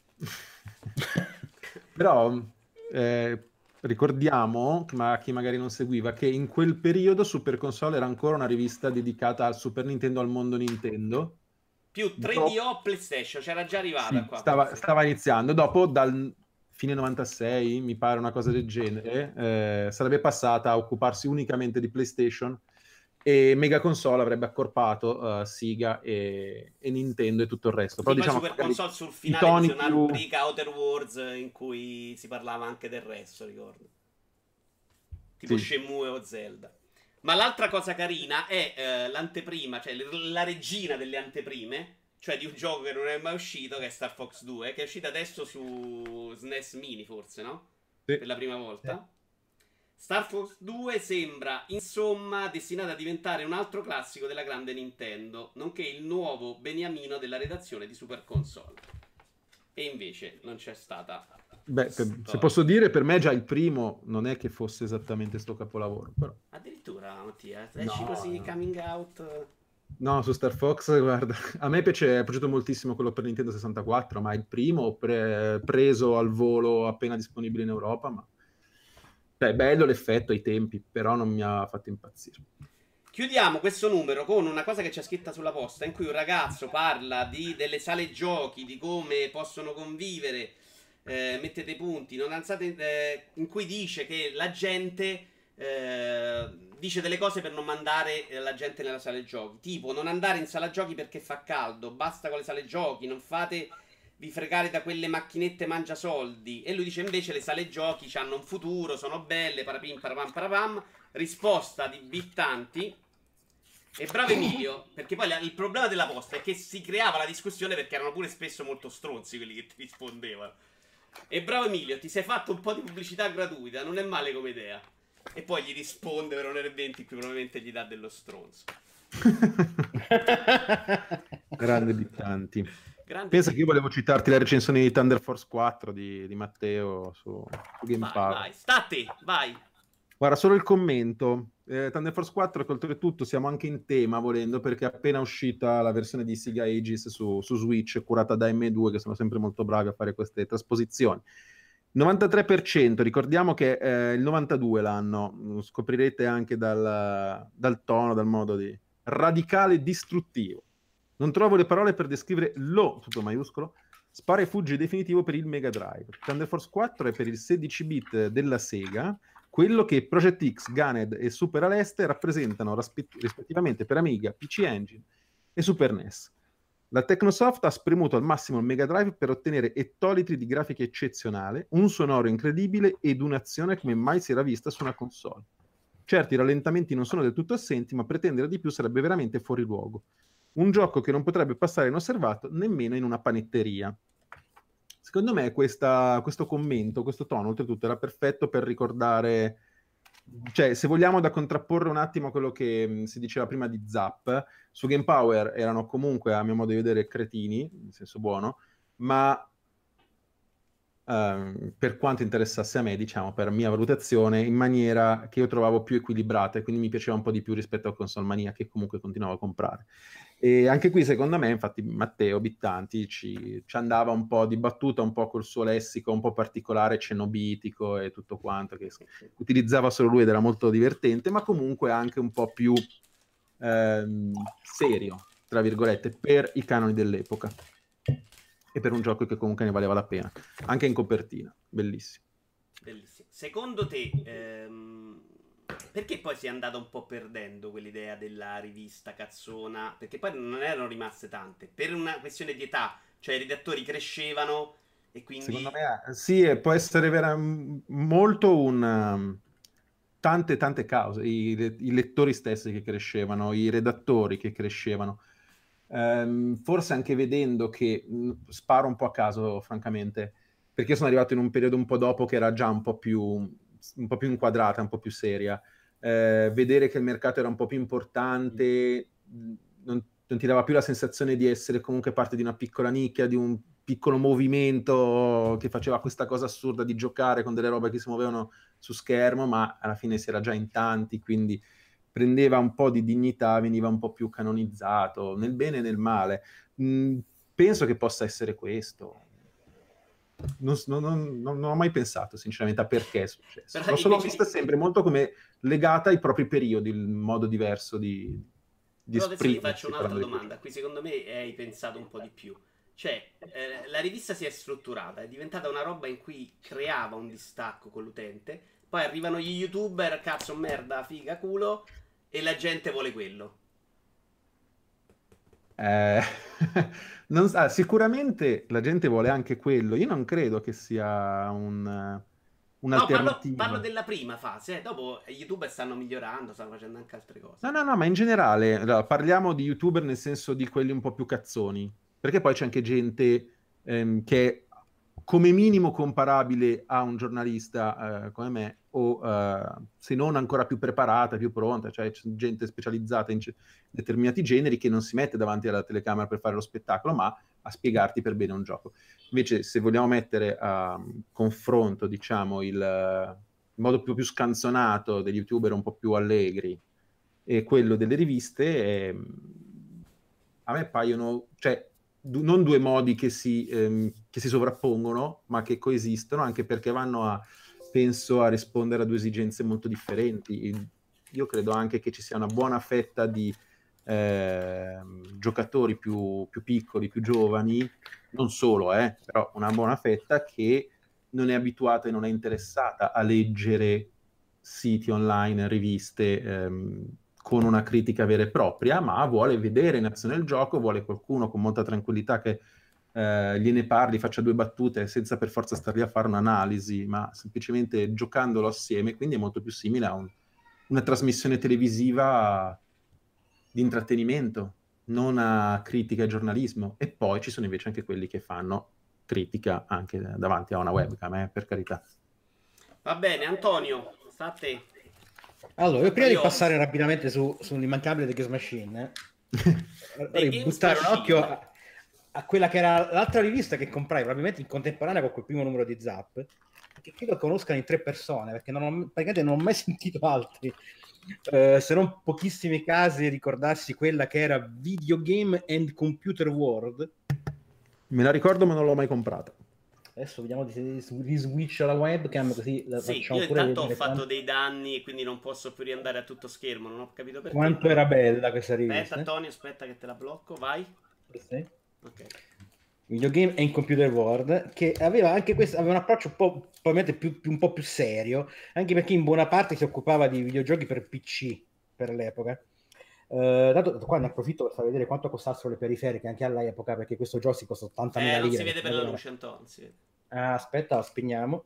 Però eh, ricordiamo, ma chi magari non seguiva, che in quel periodo Super Console era ancora una rivista dedicata al Super Nintendo, al mondo Nintendo. Più tre D O PlayStation, c'era già arrivata sì, qua. Stava, stava iniziando. Dopo, dal fine novantasei, mi pare una cosa del genere, eh, sarebbe passata a occuparsi unicamente di PlayStation, e Mega Console avrebbe accorpato uh, Sega e, e Nintendo e tutto il resto. Sì, però poi diciamo Super Console sul finale toni una più... rubrica Outer Worlds in cui si parlava anche del resto, ricordo. Tipo sì. Shenmue o Zelda. Ma l'altra cosa carina è eh, l'anteprima, cioè la regina delle anteprime, cioè di un gioco che non è mai uscito, che è Star Fox due, che è uscito adesso su S N E S Mini, forse, no? Sì. Per la prima volta. Sì. Star Fox due sembra, insomma, destinato a diventare un altro classico della grande Nintendo, nonché il nuovo beniamino della redazione di Super Console. E invece non c'è stata... Beh, per, se posso dire, per me già il primo non è che fosse esattamente sto capolavoro, però... Addirittura, Mattia, esci No, così, no. coming out... No, su Star Fox, guarda, a me piace, è piaciuto moltissimo quello per Nintendo sessantaquattro, ma il primo pre- preso al volo appena disponibile in Europa, ma... Cioè, è bello l'effetto ai tempi, però non mi ha fatto impazzire. Chiudiamo questo numero con una cosa che c'è scritta sulla posta, in cui un ragazzo parla di, delle sale giochi, di come possono convivere, eh, mettete i punti, non alzate, eh, in cui dice che la gente eh, dice delle cose per non mandare la gente nella sala giochi, tipo non andare in sala giochi perché fa caldo, basta con le sale giochi, non fate... vi fregare da quelle macchinette mangia soldi. E lui dice invece le sale giochi hanno un futuro, sono belle, parapim parapam parapam. Risposta di Bittanti, E bravo Emilio, perché poi la- il problema della posta è che si creava la discussione perché erano pure spesso molto stronzi quelli che ti rispondevano. E bravo Emilio, ti sei fatto un po' di pubblicità gratuita, non è male come idea. E poi gli risponde per un'ora e venti, qui probabilmente gli dà dello stronzo. Grande Bittanti. Grande Pensa che io Emilio. volevo citarti la recensione di Thunder Force quattro di, di Matteo su, su Game Vai, Power. vai, sta a te, vai. Guarda, solo il commento. Eh, Thunder Force quattro, che oltretutto siamo anche in tema, volendo, perché è appena uscita la versione di Sega Aegis su, su Switch, curata da M due, che sono sempre molto bravi a fare queste trasposizioni. novantatré per cento, ricordiamo che è il novantadue l'anno, scoprirete anche dal, dal tono, dal modo di... radicale distruttivo. Non trovo le parole per descrivere lo, tutto maiuscolo, spara e fugge definitivo per il Mega Drive. Thunder Force quattro è per il sedici bit della Sega, quello che Project X, Gunhead e Super Aleste rappresentano rispett- rispettivamente per Amiga, P C Engine e Super N E S. La Technosoft ha spremuto al massimo il Mega Drive per ottenere ettolitri di grafica eccezionale, un sonoro incredibile ed un'azione come mai si era vista su una console. Certo, i rallentamenti non sono del tutto assenti, ma pretendere di più sarebbe veramente fuori luogo. Un gioco che non potrebbe passare inosservato nemmeno in una panetteria. Secondo me questa, questo commento, questo tono, oltretutto, era perfetto per ricordare, cioè, se vogliamo da contrapporre un attimo a quello che mh, si diceva prima di Zap, su Game Power erano comunque, a mio modo di vedere, cretini, in senso buono, ma ehm, per quanto interessasse a me, diciamo, per mia valutazione, in maniera che io trovavo più equilibrata e quindi mi piaceva un po' di più rispetto a Console Mania, che comunque continuavo a comprare. E anche qui, secondo me, infatti, Matteo Bittanti ci, ci andava un po' di battuta, un po' col suo lessico un po' particolare, cenobitico e tutto quanto, che utilizzava solo lui ed era molto divertente, ma comunque anche un po' più ehm, serio, tra virgolette, per i canoni dell'epoca. E per un gioco che comunque ne valeva la pena. Anche in copertina. Bellissimo. Bellissimo. Secondo te, ehm, perché poi si è andata un po' perdendo quell'idea della rivista cazzona? Perché poi non erano rimaste tante. Per una questione di età, cioè i redattori crescevano e quindi... Secondo me sì, e può essere vera- molto un... um, tante tante cause, I, i lettori stessi che crescevano, i redattori che crescevano. Ehm, forse anche vedendo che, mh, sparo un po' a caso, francamente, perché io sono arrivato in un periodo un po' dopo che era già un po' più, un po' più inquadrata, un po' più seria. Eh, vedere che il mercato era un po' più importante, mh, non, non ti dava più la sensazione di essere comunque parte di una piccola nicchia, di un piccolo movimento che faceva questa cosa assurda di giocare con delle robe che si muovevano su schermo, ma alla fine si era già in tanti, quindi prendeva un po' di dignità, veniva un po' più canonizzato, nel bene e nel male. Mm, penso che possa essere questo. Non, non- non- non ho mai pensato, sinceramente, a perché è successo. Però L'ho solo invece- vista sempre molto come legata ai propri periodi, il modo diverso di, di Però adesso ti faccio esprimersi un'altra parlando di domanda. Qui secondo me hai pensato un po' di più. Cioè, eh, la rivista si è strutturata, è diventata una roba in cui creava un distacco con l'utente. Poi arrivano gli youtuber, cazzo, merda, figa, culo, e la gente vuole quello. Eh, non sa- sicuramente la gente vuole anche quello. Io non credo che sia un, No, parlo, un'alternativa. parlo della prima fase. eh. Dopo gli youtuber stanno migliorando, stanno facendo anche altre cose. No, no, no, ma in generale, allora, parliamo di YouTuber nel senso di quelli un po' più cazzoni, perché poi c'è anche gente ehm, che è come minimo comparabile a un giornalista eh, come me, o eh, se non ancora più preparata, più pronta, cioè c'è gente specializzata in ce- determinati generi che non si mette davanti alla telecamera per fare lo spettacolo, ma a spiegarti per bene un gioco. Invece, se vogliamo mettere a confronto, diciamo, il, il modo più, più scanzonato degli YouTuber un po' più allegri, e quello delle riviste, ehm, a me paiono, cioè, du- non due modi che si, ehm, che si sovrappongono, ma che coesistono, anche perché vanno a, penso, a rispondere a due esigenze molto differenti. Il- Io credo anche che ci sia una buona fetta di ehm, giocatori più, più piccoli, più giovani, non solo, eh, però una buona fetta che non è abituata e non è interessata a leggere siti online, riviste, ehm, con una critica vera e propria, ma vuole vedere in azione il gioco, vuole qualcuno con molta tranquillità che eh, gliene parli, faccia due battute senza per forza star lì a fare un'analisi, ma semplicemente giocandolo assieme, quindi è molto più simile a un- una trasmissione televisiva di intrattenimento, non a critica e giornalismo. E poi ci sono invece anche quelli che fanno critica anche davanti a una webcam, eh, per carità. Va bene, Antonio, sta a te. Allora, io prima Io- di passare rapidamente su, sull'immancabile The Games Machine, eh, vorrei Games buttare un Machine. occhio a, a quella che era l'altra rivista che comprai probabilmente in contemporanea con quel primo numero di Zap, che credo conoscano in tre persone, perché non ho, praticamente non ho mai sentito altri, eh, se non pochissimi casi ricordarsi quella che era Video Game and Computer World. Me la ricordo ma non l'ho mai comprata. Adesso vediamo di, di switch alla webcam, così la Sì, facciamo io pure intanto ho vedere fatto quanto, dei danni e quindi non posso più riandare a tutto schermo, non ho capito perché. quanto era bella questa Aspetta, rivista. Antonio, aspetta che te la blocco, vai. Sì. Ok. Video Game and Computer World, che aveva anche questo, aveva un approccio un po' probabilmente più, più- un po' più serio, anche perché in buona parte si occupava di videogiochi per P C per l'epoca. Eh, dato qua ne approfitto per far vedere quanto costassero le periferiche anche all'epoca, perché questo gioco costa ottantamila Eh, non lire. si vede che per la era- luce, Antonio, non si vede. Ah, aspetta, la spegniamo.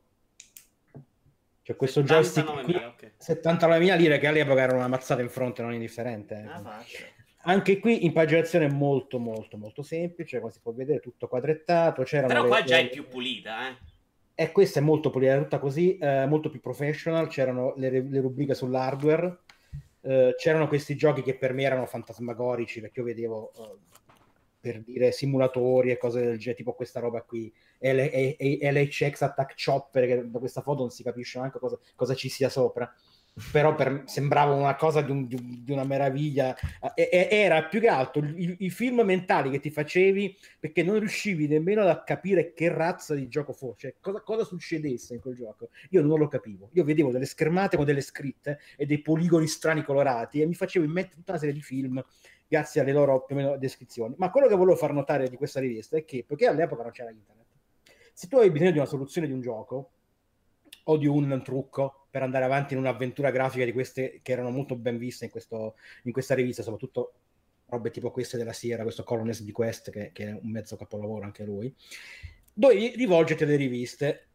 C'è questo joystick qui, settantanovemila, ok. settantanovemila lire, che all'epoca era una mazzata in fronte non indifferente. eh. Ah, faccia. Anche qui impaginazione molto molto molto semplice, come si può vedere, tutto quadrettato. C'erano Però le- qua già le- è più pulita, eh. E questa è molto pulita, tutta così, eh, molto più professional. C'erano le, le rubriche sull'hardware, eh, c'erano questi giochi che per me erano fantasmagorici, perché io vedevo, eh, per dire, simulatori e cose del genere, tipo questa roba qui, L- L H X Attack Chopper, che da questa foto non si capisce neanche cosa, cosa ci sia sopra. Però per, sembrava una cosa di, un, di, un, di una meraviglia. E, e, era più che altro i, i film mentali che ti facevi, perché non riuscivi nemmeno a capire che razza di gioco fosse, cioè, cosa, cosa succedesse in quel gioco. Io non lo capivo. Io vedevo delle schermate con delle scritte e dei poligoni strani colorati e mi facevo immettere tutta una serie di film grazie alle loro più o meno descrizioni. Ma quello che volevo far notare di questa rivista è che, perché all'epoca non c'era internet, se tu avevi bisogno di una soluzione di un gioco o di un trucco per andare avanti in un'avventura grafica di queste che erano molto ben viste in, questo, in questa rivista, soprattutto robe tipo queste della Sierra, questo Colonel's Bequest, che, che è un mezzo capolavoro anche lui, dovevi rivolgerti alle riviste.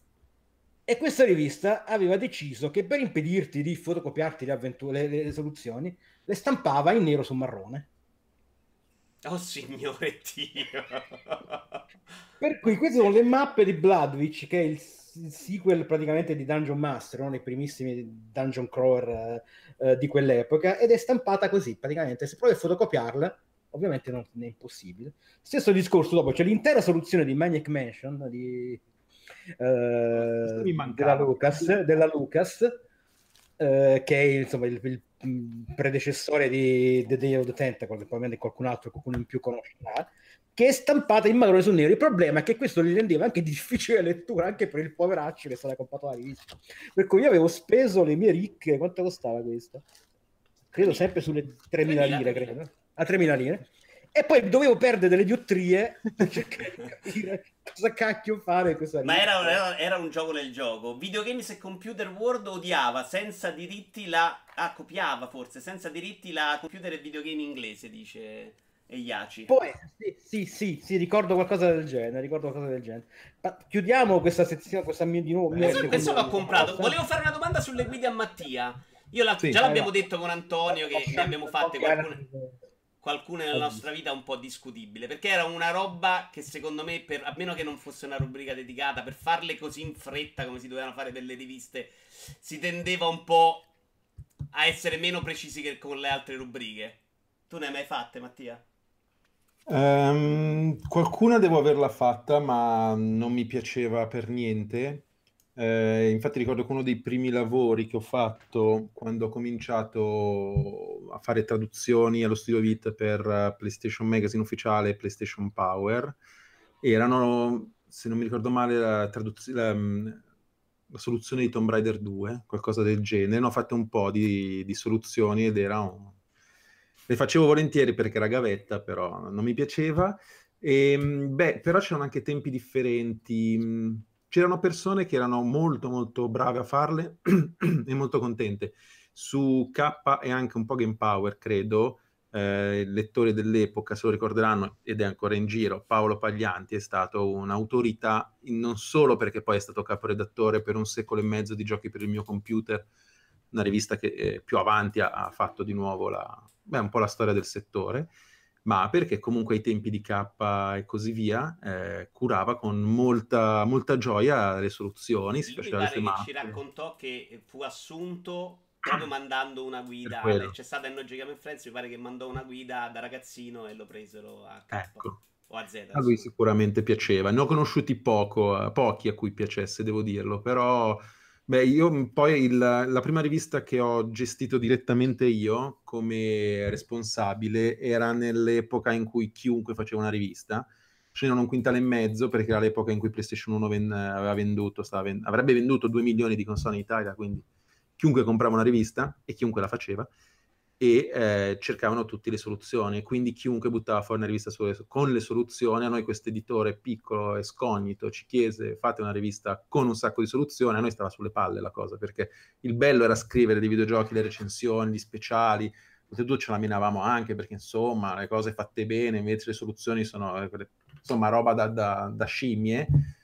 E questa rivista aveva deciso che per impedirti di fotocopiarti le, avventure, le, le soluzioni, le stampava in nero su marrone. Oh signore Dio. Per cui queste sono le mappe di Bloodwitch, che è il, il sequel praticamente di Dungeon Master, uno dei primissimi dungeon crawler eh, di quell'epoca, ed è stampata così, praticamente. Se provi a fotocopiarla, ovviamente non è impossibile. Stesso discorso dopo, c'è l'intera soluzione di Maniac Mansion, di, eh, della Lucas, della Lucas eh, che è insomma il, il predecessore di The Day of the Tentacle, che probabilmente qualcun altro, qualcuno in più conoscerà, che è stampata in marrone su nero. Il problema è che questo gli rendeva anche difficile lettura anche per il poveraccio che stava comprato la rivista. Per cui io avevo speso le mie ricche, quanto costava questa? Credo sempre sulle tremila lire, credo. A tremila lire. E poi dovevo perdere delle diottrie per cercare di capire cosa cacchio fare questa Ma era, era, era un gioco nel gioco. Videogames e Computer World odiava senza diritti la... Ah, copiava forse, senza diritti la computer e videogame inglese, dice Eiaci. Poi, sì, sì, sì, sì, ricordo qualcosa del genere, ricordo qualcosa del genere. Ma chiudiamo questa sezione, questa mia di nuovo. Questo, questo l'ho comprato. Volevo fare una domanda sulle guide a Mattia. Io la, Sì, già l'abbiamo vai. detto con Antonio che ne abbiamo fatte qualcune, qualcune nella nostra vita un po' discutibile, perché era una roba che secondo me, per, a meno che non fosse una rubrica dedicata, per farle così in fretta come si dovevano fare per le riviste, si tendeva un po' a essere meno precisi che con le altre rubriche. Tu ne hai mai fatte, Mattia? Um, qualcuna devo averla fatta, ma non mi piaceva per niente. Eh, infatti ricordo che uno dei primi lavori che ho fatto quando ho cominciato a fare traduzioni allo Studio Vita per uh, PlayStation Magazine ufficiale e PlayStation Power erano, se non mi ricordo male, la, traduz- la, la soluzione di Tomb Raider due, qualcosa del genere. Ne ho fatte un po' di, di soluzioni ed era un... le facevo volentieri perché era gavetta, però non mi piaceva. E, beh, però c'erano anche tempi differenti. C'erano persone che erano molto molto brave a farle e molto contente. Su K e anche un po' Game Power, credo, eh, lettori dell'epoca se lo ricorderanno, ed è ancora in giro, Paolo Paglianti è stato un'autorità, non solo perché poi è stato caporedattore per un secolo e mezzo di Giochi per il mio computer, una rivista che eh, più avanti ha, ha fatto di nuovo la, beh, un po' la storia del settore, ma perché comunque ai tempi di K e così via eh, curava con molta, molta gioia le soluzioni, si Lui mi faceva le pare che ci tematiche. raccontò che fu assunto proprio mandando una Per guida. alle- quello. C'è stata in No Giochiamo in Friends, mi pare che mandò una guida da ragazzino e lo presero a K Ecco, o a Z. a lui Adesso. sicuramente piaceva. Ne ho conosciuti poco, eh, pochi a cui piacesse, devo dirlo, però beh, io mh, poi il- la prima rivista che ho gestito direttamente io come responsabile era nell'epoca in cui chiunque faceva una rivista. C'erano un quintale e mezzo perché era l'epoca in cui PlayStation uno ven- aveva venduto, stava ven- avrebbe venduto due milioni di console in Italia, quindi chiunque comprava una rivista e chiunque la faceva e eh, cercavano tutte le soluzioni, quindi chiunque buttava fuori una rivista su- con le soluzioni. A noi questo editore piccolo e scognito ci chiese fate una rivista con un sacco di soluzioni, a noi stava sulle palle la cosa, perché il bello era scrivere dei videogiochi, le recensioni, gli speciali, oltretutto ce la minavamo anche perché insomma le cose fatte bene, invece le soluzioni sono eh, quelle- insomma roba da, da, da scimmie.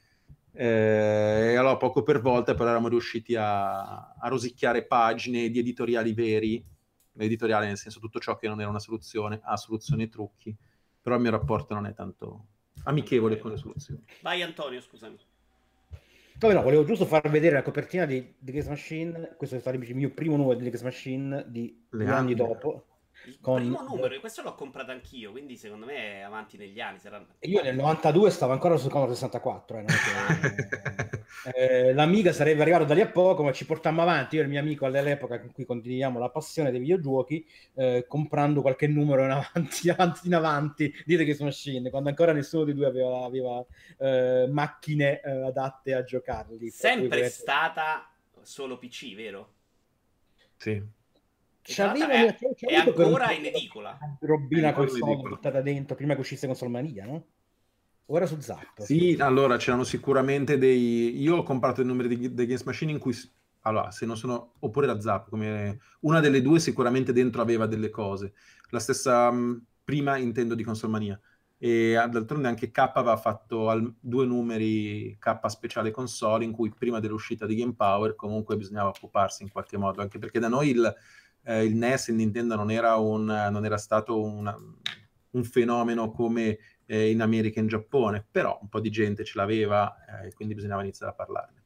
Eh, e allora poco per volta però eravamo riusciti a, a rosicchiare pagine di editoriali veri, editoriale nel senso tutto ciò che non era una soluzione ha soluzioni e trucchi, però il mio rapporto non è tanto amichevole con le soluzioni. Vai Antonio, scusami. Poi no, volevo giusto far vedere la copertina di The Games Machine. Questo è stato il mio primo numero di The Games Machine di Le due anni Ande. dopo. Il Con... primo numero, questo l'ho comprato anch'io, quindi secondo me è avanti negli anni. Sarà... Io nel novantadue stavo ancora sul Commodore sessantaquattro. Eh, non è che... eh, l'Amiga sarebbe arrivato da lì a poco, ma ci portammo avanti. Io e il mio amico all'epoca con cui condividiamo la passione dei videogiochi, eh, comprando qualche numero in avanti, avanti in avanti di The Games Machine, quando ancora nessuno di due aveva, aveva eh, macchine eh, adatte a giocarli. Sempre Poi, stata solo P C, vero? sì. E tra l'altro C'avevano, è, c'è, c'è è avuto per un ancora po' in edicola. una È robina ancora col in soldo edicola. buttata dentro prima che uscisse Console Mania, no? O era su Zap? Sì, allora c'erano sicuramente dei... Io ho comprato i numeri di The Games Machine in cui... s- Allora, se non sono... Oppure la Zap, come... Una delle due sicuramente dentro aveva delle cose. La stessa... mh, prima intendo di Console Mania. E ah, d'altronde anche K aveva fatto al- due numeri K speciale console in cui prima dell'uscita di Game Power comunque bisognava occuparsi in qualche modo, anche perché da noi il, eh, il N E S, il Nintendo, non era, un, non era stato una- un fenomeno come eh, in America e in Giappone, però un po' di gente ce l'aveva eh, e quindi bisognava iniziare a parlarne.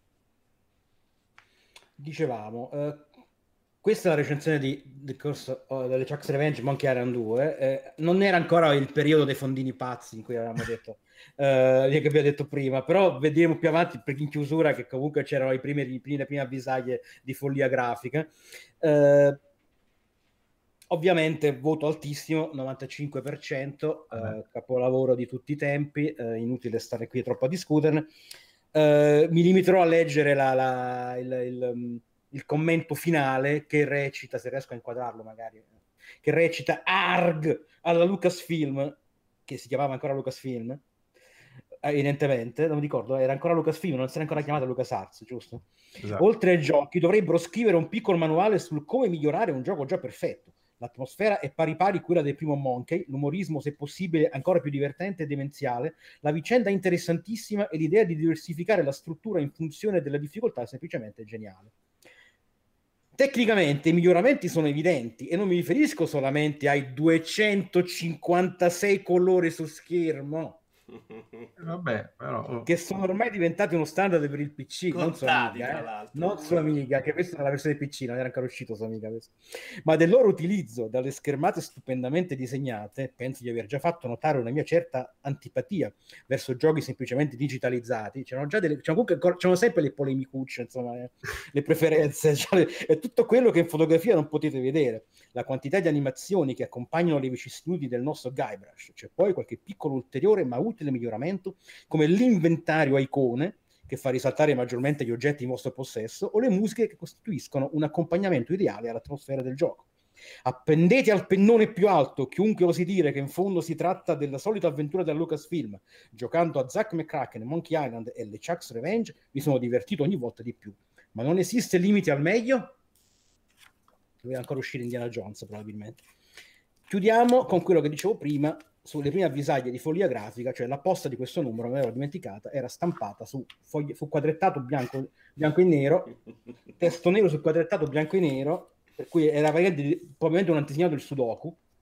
Dicevamo, eh, questa è la recensione di The Curse of- delle Chuck's Revenge Monkey Island due. Eh, non era ancora il periodo dei fondini pazzi in cui avevamo detto, eh, che abbiamo detto prima, però vedremo più avanti per in chiusura che comunque c'erano i primi, i primi- le prime avvisaglie di follia grafica. Eh, Ovviamente voto altissimo, novantacinque per cento, eh, capolavoro di tutti i tempi, eh, inutile stare qui troppo a discuterne. Eh, mi limiterò a leggere la, la, il, il, il commento finale che recita, se riesco a inquadrarlo magari, che recita Arg alla Lucasfilm, che si chiamava ancora Lucasfilm, evidentemente, non mi ricordo, era ancora Lucasfilm, non si era ancora chiamata LucasArts, giusto? Esatto. Oltre ai giochi dovrebbero scrivere un piccolo manuale sul come migliorare un gioco già perfetto. L'atmosfera è pari pari quella del primo Monkey, l'umorismo se possibile ancora più divertente e demenziale, la vicenda interessantissima e l'idea di diversificare la struttura in funzione della difficoltà è semplicemente geniale. Tecnicamente i miglioramenti sono evidenti e non mi riferisco solamente ai duecentocinquantasei colori su schermo, Vabbè, però... oh. che sono ormai diventati uno standard per il P C, non su Contati, Amiga, tra eh? l'altro. Non su Amiga, che questa era la versione P C, non era ancora uscito su Amiga questo. Ma del loro utilizzo dalle schermate stupendamente disegnate, penso di aver già fatto notare una mia certa antipatia verso giochi semplicemente digitalizzati. C'erano già delle, c'erano, comunque, c'erano sempre le polemicucce, insomma, eh, le preferenze, cioè, è tutto quello che in fotografia non potete vedere. La quantità di animazioni che accompagnano le vicissitudini del nostro Guybrush, c'è poi qualche piccolo ulteriore ma utile miglioramento come l'inventario a icone che fa risaltare maggiormente gli oggetti in vostro possesso o le musiche che costituiscono un accompagnamento ideale all'atmosfera del gioco. Appendete al pennone più alto chiunque osi dire che in fondo si tratta della solita avventura della Lucasfilm. Giocando a Zack McCracken, Monkey Island e le Chuck's Revenge mi sono divertito ogni volta di più. Ma non esiste limite al meglio? Doveva ancora uscire Indiana Jones probabilmente. Chiudiamo con quello che dicevo prima sulle prime avvisaglie di follia grafica, cioè la posta di questo numero, me l'ero dimenticata, era stampata su, foglie, su quadrettato bianco, bianco e nero, testo nero su quadrettato bianco e nero, per cui era probabilmente un antesegnato del Sudoku,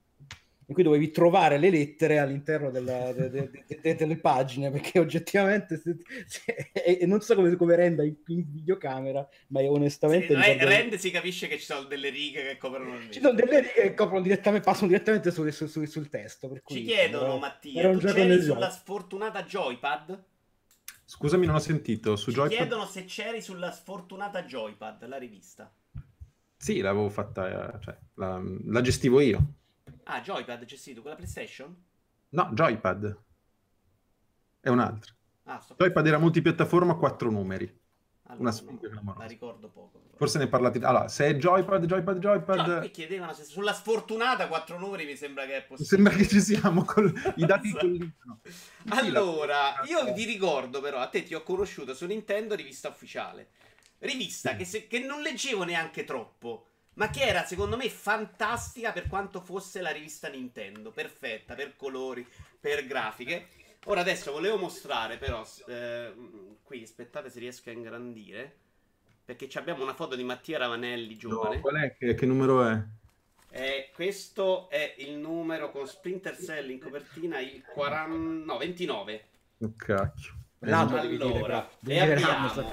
in cui dovevi trovare le lettere all'interno della, de, de, de, de, delle pagine, perché oggettivamente se, se, e non so come, come renda in, in videocamera, ma è onestamente... Sì, ricordo... rende si capisce che ci sono delle righe che coprono il video. Ci sono delle righe che coprono direttamente, passano direttamente sul, sul, sul, sul testo. Per cui, ci chiedono, era, Mattia, era un tu gioco c'eri nel sulla gioco. sfortunata Joypad? Scusami, non ho sentito. Su Ci Joypad? chiedono se c'eri sulla sfortunata Joypad, la rivista. Sì, l'avevo fatta, cioè, la, la gestivo io. Ah, Joypad gestito, quella PlayStation? No, Joypad. È un'altra. Ah, sto Joypad era multipiattaforma, quattro numeri. allora, Una sfiga no, clamorosa. la ricordo poco. Però. Forse ne parlate... Allora, se è Joypad, Joypad, Joypad... No, qui chiedevano se sulla sfortunata quattro numeri mi sembra che è Mi possibile. sembra che ci siamo con i dati Esatto. collegano. Allora, io ti ricordo però, a te ti ho conosciuto su Nintendo rivista ufficiale. Rivista che, se, che non leggevo neanche troppo, ma che era secondo me fantastica per quanto fosse la rivista Nintendo. Perfetta, per colori, per grafiche. Ora adesso volevo mostrare però, eh, qui aspettate se riesco a ingrandire, perché abbiamo una foto di Mattia Ravanelli giovane. No, qual è? Che, che numero è? Eh, questo è il numero con Splinter Cell in copertina, il quaranta... no, ventinove. Oh, cacchio. L'anno devi dire, Allora, però. Devi e dire l'anno, abbiamo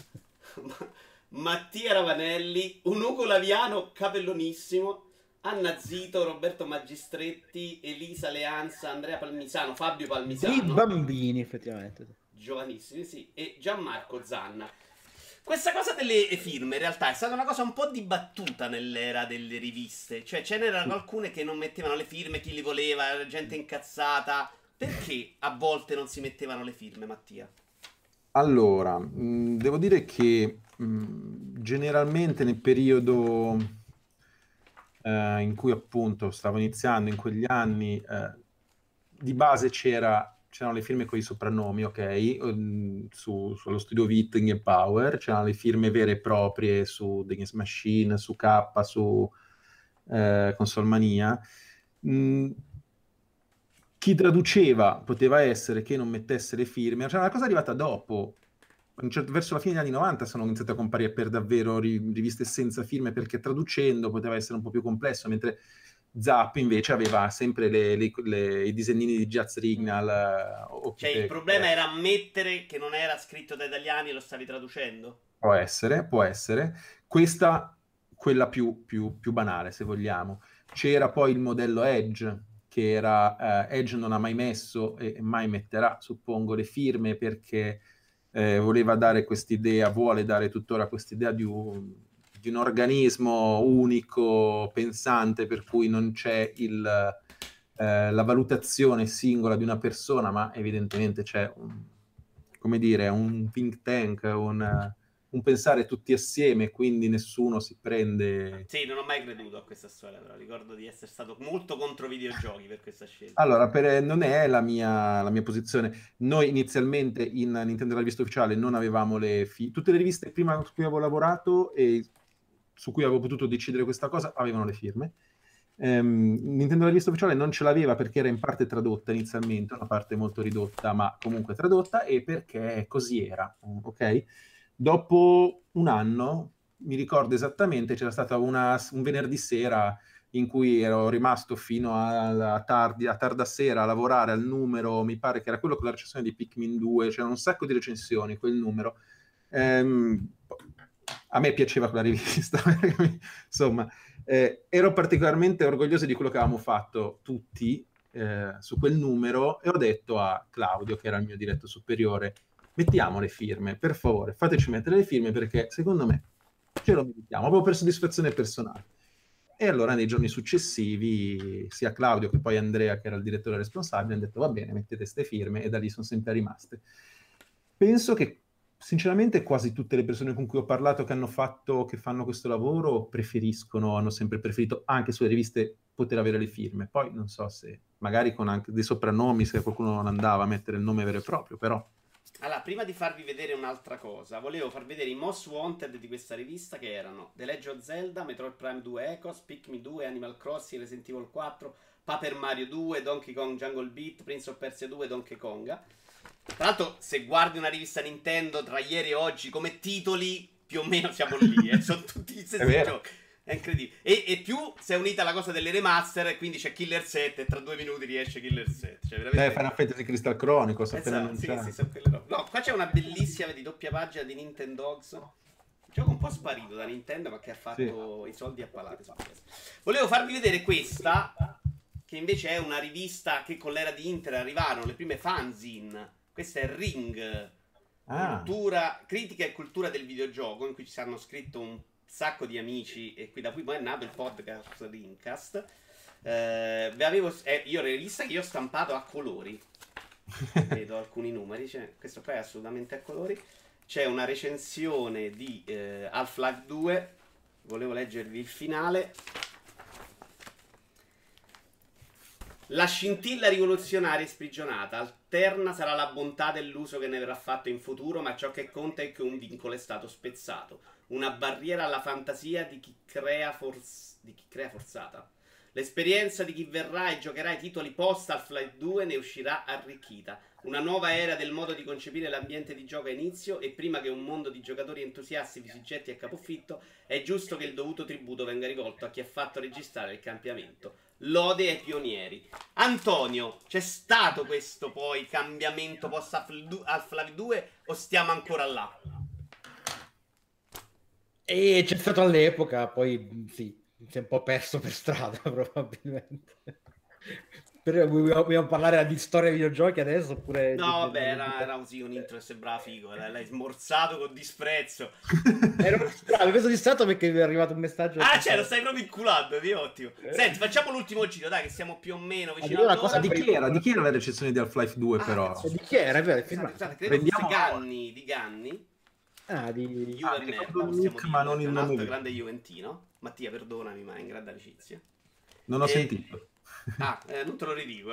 Mattia Ravanelli, un Ugo Laviano capellonissimo, Anna Zito, Roberto Magistretti, Elisa Leanza, Andrea Palmisano, Fabio I Palmisano, bambini, effettivamente. giovanissimi, sì, e Gianmarco Zanna. Questa cosa delle firme in realtà è stata una cosa un po' dibattuta nell'era delle riviste, cioè ce n'erano alcune che non mettevano le firme, chi li voleva, la gente incazzata. Perché a volte non si mettevano le firme, Mattia? Allora, mh, devo dire che mh, generalmente nel periodo eh, in cui appunto stavo iniziando, in quegli anni, eh, di base c'era, c'erano le firme con i soprannomi, ok? Um, su, sullo studio Vit in Game Power, c'erano le firme vere e proprie su The Games Machine, su K, su eh, Console Mania. Mm, chi traduceva poteva essere che non mettesse le firme, cioè una cosa arrivata dopo. Certo, verso la fine degli anni novanta sono iniziate a comparire per davvero ri- riviste senza firme, perché traducendo poteva essere un po' più complesso, mentre Zap invece aveva sempre le, le, le, i disegnini di Jazz Rignal. eh, o Cioè che- il problema era ammettere che non era scritto da italiani e lo stavi traducendo? Può essere, può essere. Questa, quella più, più, più banale, se vogliamo. C'era poi il modello Edge, che era, eh, Edge non ha mai messo e mai metterà, suppongo, le firme, perché eh, voleva dare quest'idea, vuole dare tuttora quest'idea di un, di un organismo unico, pensante, per cui non c'è il, eh, la valutazione singola di una persona, ma evidentemente c'è un, come dire, un think tank, un, un pensare tutti assieme, quindi nessuno si prende... Sì, non ho mai creduto a questa storia, però ricordo di essere stato molto contro videogiochi per questa scelta. Allora, per, non è la mia, la mia posizione. Noi inizialmente in Nintendo la rivista ufficiale non avevamo le... Fi- tutte le riviste prima su cui avevo lavorato e su cui avevo potuto decidere questa cosa avevano le firme. Ehm, Nintendo la rivista ufficiale non ce l'aveva perché era in parte tradotta inizialmente, una parte molto ridotta, ma comunque tradotta, e perché così era, ok? Dopo un anno, mi ricordo esattamente, c'era stata una, un venerdì sera in cui ero rimasto fino a, a, tardi, a tarda sera a lavorare al numero, mi pare che era quello con la recensione di Pikmin due, c'era un sacco di recensioni, quel numero. Ehm, a me piaceva quella rivista, insomma, eh, ero particolarmente orgoglioso di quello che avevamo fatto tutti eh, su quel numero, e ho detto a Claudio, che era il mio diretto superiore, mettiamo le firme, per favore, fateci mettere le firme, perché secondo me ce lo meritiamo, proprio per soddisfazione personale. E allora nei giorni successivi sia Claudio che poi Andrea, che era il direttore responsabile, hanno detto va bene, mettete ste firme, e da lì sono sempre rimaste. Penso che sinceramente quasi tutte le persone con cui ho parlato che hanno fatto, che fanno questo lavoro, preferiscono, hanno sempre preferito anche sulle riviste poter avere le firme. Poi non so se magari con anche dei soprannomi, se qualcuno non andava a mettere il nome vero e proprio, però... Allora, prima di farvi vedere un'altra cosa, volevo far vedere i most wanted di questa rivista, che erano The Legend of Zelda, Metroid Prime due Echoes, Pikmin due, Animal Crossing, Resident Evil quattro, Paper Mario due, Donkey Kong Jungle Beat, Prince of Persia due, Donkey Konga. Tra l'altro, se guardi una rivista Nintendo tra ieri e oggi, come titoli, più o meno siamo lì, eh. Sono tutti gli stessi giochi. È incredibile. E, e più si è unita la cosa delle remaster, e quindi c'è Killer sette e tra due minuti riesce Killer sette. Cioè, veramente... Eh, Final Fantasy Crystal Chronicles, appena esatto, sì, annunciato. sì, sono quelle robe. No, qua c'è una bellissima di doppia pagina di Nintendogs. Un gioco un po' sparito da Nintendo, ma che ha fatto sì. i soldi a palate. Volevo farvi vedere questa, che invece è una rivista che con l'era di Inter arrivarono le prime fanzine. Questa è Ring, ah. cultura, critica e cultura del videogioco, in cui ci hanno scritto un sacco di amici, e qui da qui poi è nato il podcast Ringcast. Eh, avevo, eh, io la rivista che io ho stampato a colori. Vedo alcuni numeri, cioè, questo qua è assolutamente a colori. C'è una recensione di eh, Half-Life due. Volevo leggervi il finale. La scintilla rivoluzionaria e sprigionata. Alterna sarà la bontà dell'uso che ne verrà fatto in futuro, ma ciò che conta è che un vincolo è stato spezzato. Una barriera alla fantasia di chi crea, forz- di chi crea forzata. L'esperienza di chi verrà e giocherà i titoli post Half-Life due ne uscirà arricchita. Una nuova era del modo di concepire l'ambiente di gioco a inizio, e prima che un mondo di giocatori entusiasti vi si getti a capofitto, è giusto che il dovuto tributo venga rivolto a chi ha fatto registrare il cambiamento. Lode ai pionieri. Antonio, c'è stato questo poi cambiamento post Half-Life due o stiamo ancora là? E c'è stato all'epoca, poi sì, si è un po' perso per strada probabilmente. Però vogliamo parlare di storia dei videogiochi adesso oppure... No, vabbè, era, era così un intro e sembrava figo, l'hai smorzato con disprezzo. Ero bravo, questo distratto perché mi è arrivato un messaggio. Ah, cioè, lo stai proprio inculando, è ottimo. Eh. Senti, facciamo l'ultimo giro, dai, che siamo più o meno vicino a cosa. Di chi era? Di chi era la recensione di Half-Life due, ah, però? Cazzo, di chi era? È vero, scusate, scusate, credo Prendiamo... fosse Ganni, di Ganni. Ah, di... di ah, Luke, ma non il un nome altro grande Juventino. Mattia, perdonami, ma è in grande amicizia. Non ho e... sentito. Ah, eh, non te lo ridico.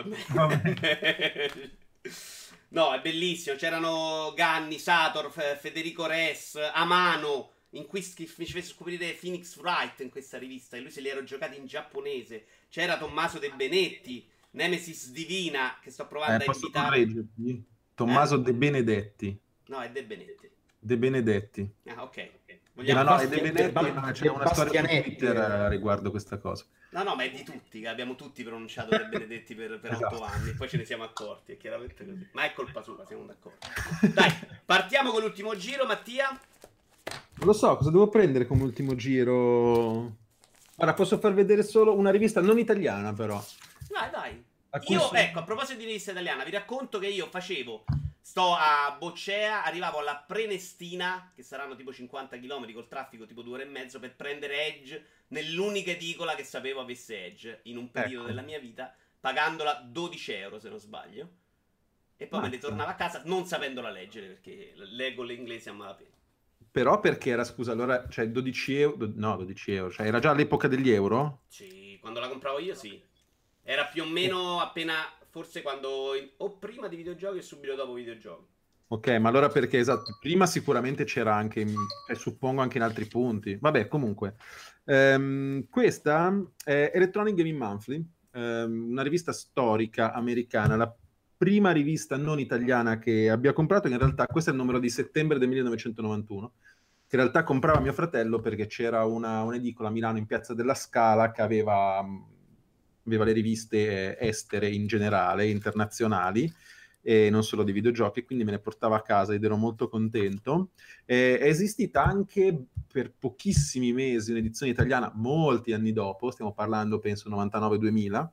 No, è bellissimo. C'erano Ganni, Sator, F- Federico Res, Amano, in cui mi fece scoprire Phoenix Wright in questa rivista, e lui se li ero giocati in giapponese. C'era Tommaso De Benetti, Nemesis Divina, che sto provando eh, a posso invitare. correggerti? Tommaso eh? De Benedetti. No, è De Benetti. De Benedetti. Ah, ok. Vogliamo no, no, è De Benetti, ma c'è una storia su Twitter eh, riguardo questa cosa. No, no, ma è di tutti, che abbiamo tutti pronunciato De Benedetti per, per esatto. otto anni, poi ce ne siamo accorti, è chiaramente così. Ma è colpa sua, siamo d'accordo. Dai, partiamo con l'ultimo giro, Mattia. Non lo so, cosa devo prendere come ultimo giro? Ora, posso far vedere solo una rivista non italiana, però. Dai, dai. Io, ecco, a proposito di rivista italiana, vi racconto che io facevo... Sto a Boccea, arrivavo alla Prenestina, che saranno tipo cinquanta chilometri col traffico, tipo due ore e mezzo, per prendere Edge nell'unica edicola che sapevo avesse Edge in un periodo ecco. della mia vita, pagandola dodici euro se non sbaglio. E poi Mazza. me ne tornavo a casa non sapendola leggere, perché leggo l'inglese a malapena. Però perché era, scusa, allora, cioè dodici euro, no dodici euro, cioè era già all'epoca degli euro? Sì, quando la compravo io sì. Era più o meno appena... Forse quando... o prima di videogiochi e subito dopo videogiochi. Ok, ma allora perché, esatto, prima sicuramente c'era anche, eh, suppongo anche in altri punti. Vabbè, comunque. Ehm, questa è Electronic Gaming Monthly, ehm, una rivista storica americana, la prima rivista non italiana che abbia comprato, che in realtà questo è il numero di settembre del millenovecentonovantuno, che in realtà comprava mio fratello perché c'era una, un'edicola a Milano in Piazza della Scala che aveva... aveva le riviste estere in generale, internazionali, e non solo di videogiochi, quindi me ne portava a casa ed ero molto contento. Eh, è esistita anche per pochissimi mesi un'edizione italiana, molti anni dopo, stiamo parlando penso novantanove duemila,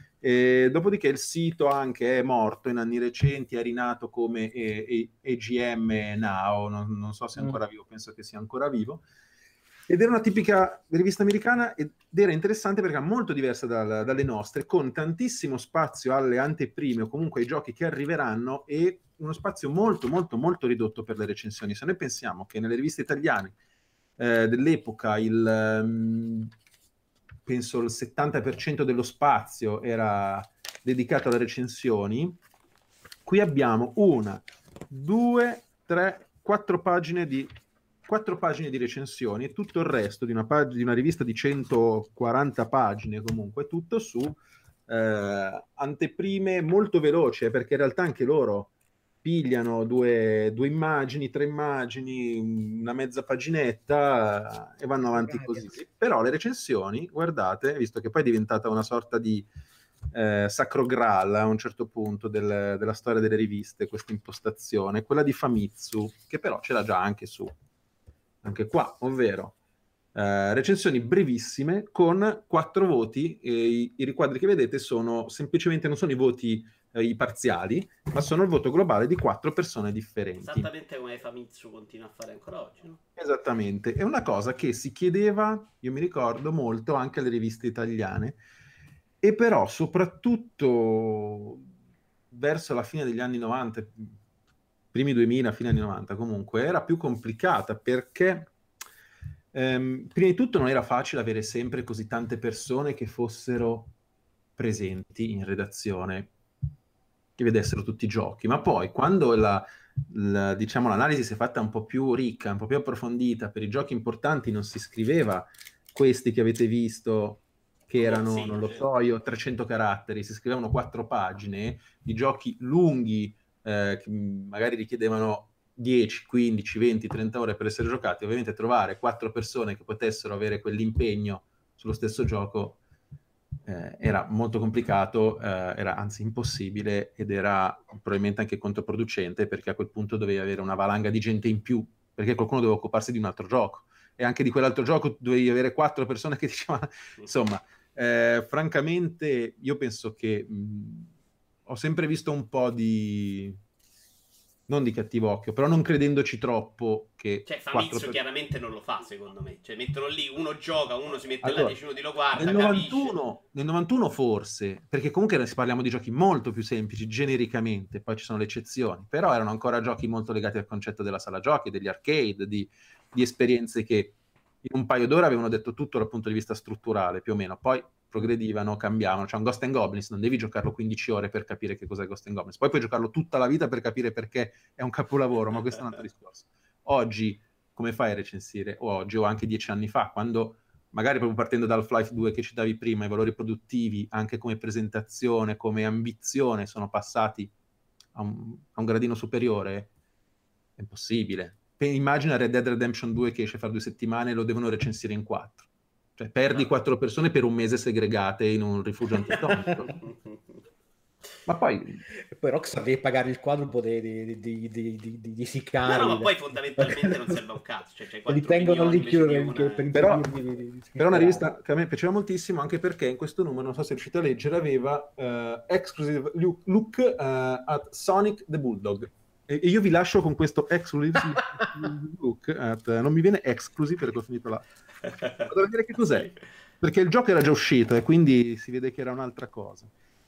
e dopodiché il sito anche è morto in anni recenti, è rinato come E G M Now, non, non so se è ancora vivo, penso che sia ancora vivo. Ed era una tipica rivista americana ed era interessante perché era molto diversa dal, dalle nostre, con tantissimo spazio alle anteprime o comunque ai giochi che arriveranno e uno spazio molto molto molto ridotto per le recensioni. Se noi pensiamo che nelle riviste italiane eh, dell'epoca il um, penso il settanta per cento dello spazio era dedicato alle recensioni, qui abbiamo una, due, tre, quattro pagine di quattro pagine di recensioni e tutto il resto di una, pag- di una rivista di centoquaranta pagine, comunque tutto su eh, anteprime molto veloci, eh, perché in realtà anche loro pigliano due, due immagini, tre immagini, una mezza paginetta e vanno avanti così. Però le recensioni, guardate, visto che poi è diventata una sorta di eh, sacro graal a un certo punto del, della storia delle riviste, questa impostazione, quella di Famitsu, che però ce l'ha già anche su, anche qua, ovvero eh, recensioni brevissime con quattro voti. E i, i riquadri che vedete sono semplicemente, non sono i voti i parziali, ma sono il voto globale di quattro persone differenti. Esattamente come Famitsu continua a fare ancora oggi, no? Esattamente, è una cosa che si chiedeva, io mi ricordo, molto anche alle riviste italiane, e però soprattutto verso la fine degli anni novanta, primi duemila, fine anni novanta comunque, era più complicata perché ehm, prima di tutto non era facile avere sempre così tante persone che fossero presenti in redazione, che vedessero tutti i giochi, ma poi quando la, la, diciamo, l'analisi si è fatta un po' più ricca, un po' più approfondita, per i giochi importanti non si scriveva questi che avete visto, che erano, sì, non lo so io, trecento caratteri, si scrivevano quattro pagine, i giochi lunghi, eh, che magari richiedevano dieci, quindici, venti, trenta ore per essere giocati, ovviamente trovare quattro persone che potessero avere quell'impegno sullo stesso gioco Eh, era molto complicato, eh, era anzi impossibile, ed era probabilmente anche controproducente, perché a quel punto dovevi avere una valanga di gente in più, perché qualcuno doveva occuparsi di un altro gioco, e anche di quell'altro gioco dovevi avere quattro persone che dicevano, insomma, eh, francamente io penso che mh, ho sempre visto un po' di... non di cattivo occhio, però non credendoci troppo che... Cioè, Famitsu per... chiaramente non lo fa, secondo me. Cioè, mettono lì, uno gioca, uno si mette allora, là, dieci minuti lo guarda, nel novantuno, nel novantuno forse, perché comunque parliamo di giochi molto più semplici, genericamente, poi ci sono le eccezioni, però erano ancora giochi molto legati al concetto della sala giochi, degli arcade, di, di esperienze che in un paio d'ore avevano detto tutto dal punto di vista strutturale, più o meno, poi progredivano, cambiavano. Cioè un Ghost and Goblins non devi giocarlo quindici ore per capire che cos'è Ghost and Goblins, poi puoi giocarlo tutta la vita per capire perché è un capolavoro, ma questo è un altro discorso. Oggi come fai a recensire? O oggi o anche dieci anni fa, quando magari proprio partendo da Half-Life due che citavi prima, i valori produttivi anche come presentazione, come ambizione sono passati a un, a un gradino superiore, è impossibile. Immagina Red Dead Redemption due che esce fra due settimane e lo devono recensire in quattro. Cioè, perdi quattro persone per un mese segregate in un rifugio antitomico. Ma poi... poi Rockstar deve pagare il quadruplo di, di, di, di, di, di, di sicari. No, no, ma poi fondamentalmente non serve un cazzo. Cioè, li tengono lì chiusi una... per però, di, di, di però una rivista che a me piaceva moltissimo, anche perché in questo numero, non so se riuscite a leggere, aveva uh, exclusive look uh, at Sonic the Bulldog. E io vi lascio con questo exclusive look at, non mi viene exclusive perché ho finito là. Vado a vedere che cos'è, perché il gioco era già uscito e quindi si vede che era un'altra cosa.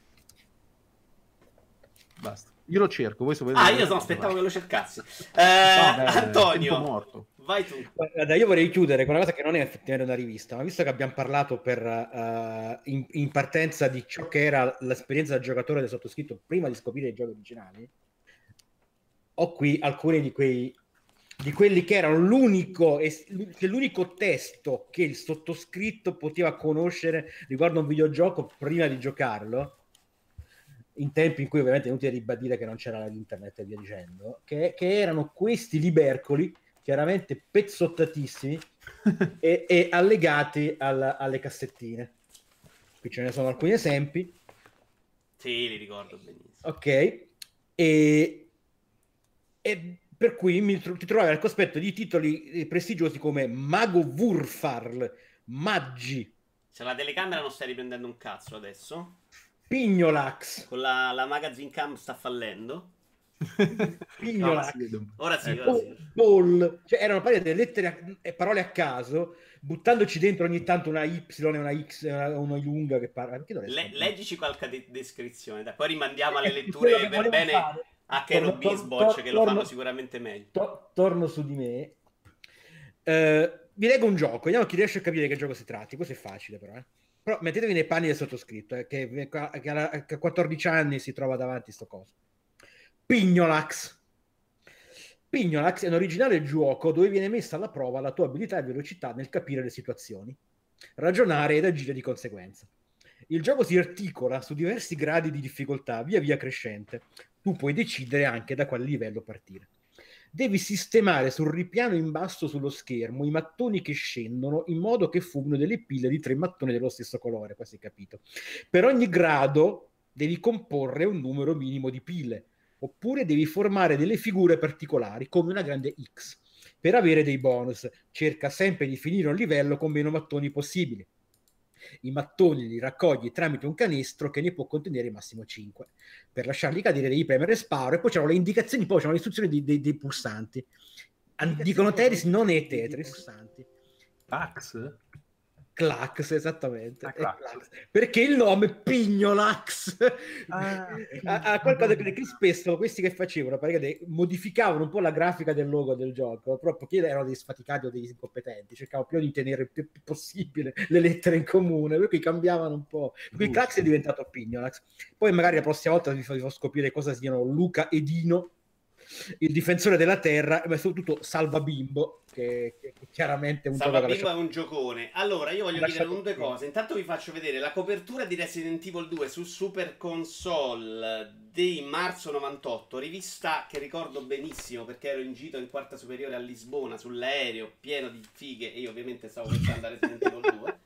Basta, io lo cerco, voi se volete. Ah, io no, aspettavo che lo cercassi. Eh, no, Antonio, morto. Vai tu. Guarda, io vorrei chiudere con una cosa che non è effettivamente una rivista, ma visto che abbiamo parlato per, uh, in, in partenza di ciò che era l'esperienza da giocatore del sottoscritto prima di scoprire i giochi originali, ho qui alcuni di quei di quelli che erano l'unico, che l'unico testo che il sottoscritto poteva conoscere riguardo a un videogioco prima di giocarlo, in tempi in cui ovviamente è inutile ribadire che non c'era l'internet e via dicendo, che, che erano questi libercoli chiaramente pezzottatissimi e, e allegati al, alle cassettine. Qui ce ne sono alcuni esempi. Sì, li ricordo benissimo. Ok, e, e per cui mi tro- ti trovavi al cospetto di titoli prestigiosi come Mago Wurfarl, Maggi. Se la telecamera non stai riprendendo un cazzo adesso? Pignolax. Con la, la magazine cam sta fallendo? Pignolax. No, ora sì, ora ora sì. Ball. Cioè, erano delle lettere e parole a caso, buttandoci dentro ogni tanto una Y e una X, una, una lunga che parla. Le, leggici qualche de- descrizione, da poi rimandiamo alle letture per bene fare. A Kero Bisboccia, che lo fanno sicuramente meglio. To- torno su di me. Uh, vi leggo un gioco, vediamo chi riesce a capire che gioco si tratti. Questo è facile, però. Eh. Però mettetevi nei panni del sottoscritto, eh, che, che a quattordici anni si trova davanti sto coso. Pignolax. Pignolax è un originale gioco dove viene messa alla prova la tua abilità e velocità nel capire le situazioni, ragionare ed agire di conseguenza. Il gioco si articola su diversi gradi di difficoltà, via via crescente. tu puoi decidere anche da quale livello partire. Devi sistemare sul ripiano in basso sullo schermo i mattoni che scendono in modo che formino delle pile di tre mattoni dello stesso colore, quasi capito. Per ogni grado devi comporre un numero minimo di pile, oppure devi formare delle figure particolari come una grande X. Per avere dei bonus, cerca sempre di finire un livello con meno mattoni possibili. I mattoni li raccogli tramite un canestro che ne può contenere massimo cinque. Per lasciarli cadere devi premere sparo, e poi c'erano le indicazioni, poi c'erano le istruzioni dei, dei, dei pulsanti. Dicono Tetris, non è Tetris. Pax? Clax, esattamente. Ah, Clax. Perché il nome Pignolax ah, ha qualcosa che, che spesso questi che facevano modificavano un po' la grafica del logo del gioco, proprio che erano dei sfaticati o dei incompetenti, cercavano più di tenere il più possibile le lettere in comune, per cui cambiavano un po'. Qui Clax è diventato Pignolax. Poi magari la prossima volta vi farò scoprire cosa siano Luca e Dino, il difensore della terra, ma soprattutto Salva Bimbo, che, che, che chiaramente è un Salva gioco Bimbo è un giocone. Allora, io voglio dire un due cose. Intanto vi faccio vedere la copertura di Resident Evil due su Super Console di marzo novantotto, rivista che ricordo benissimo perché ero in gita in quarta superiore a Lisbona sull'aereo pieno di fighe e io ovviamente stavo pensando a Resident Evil due.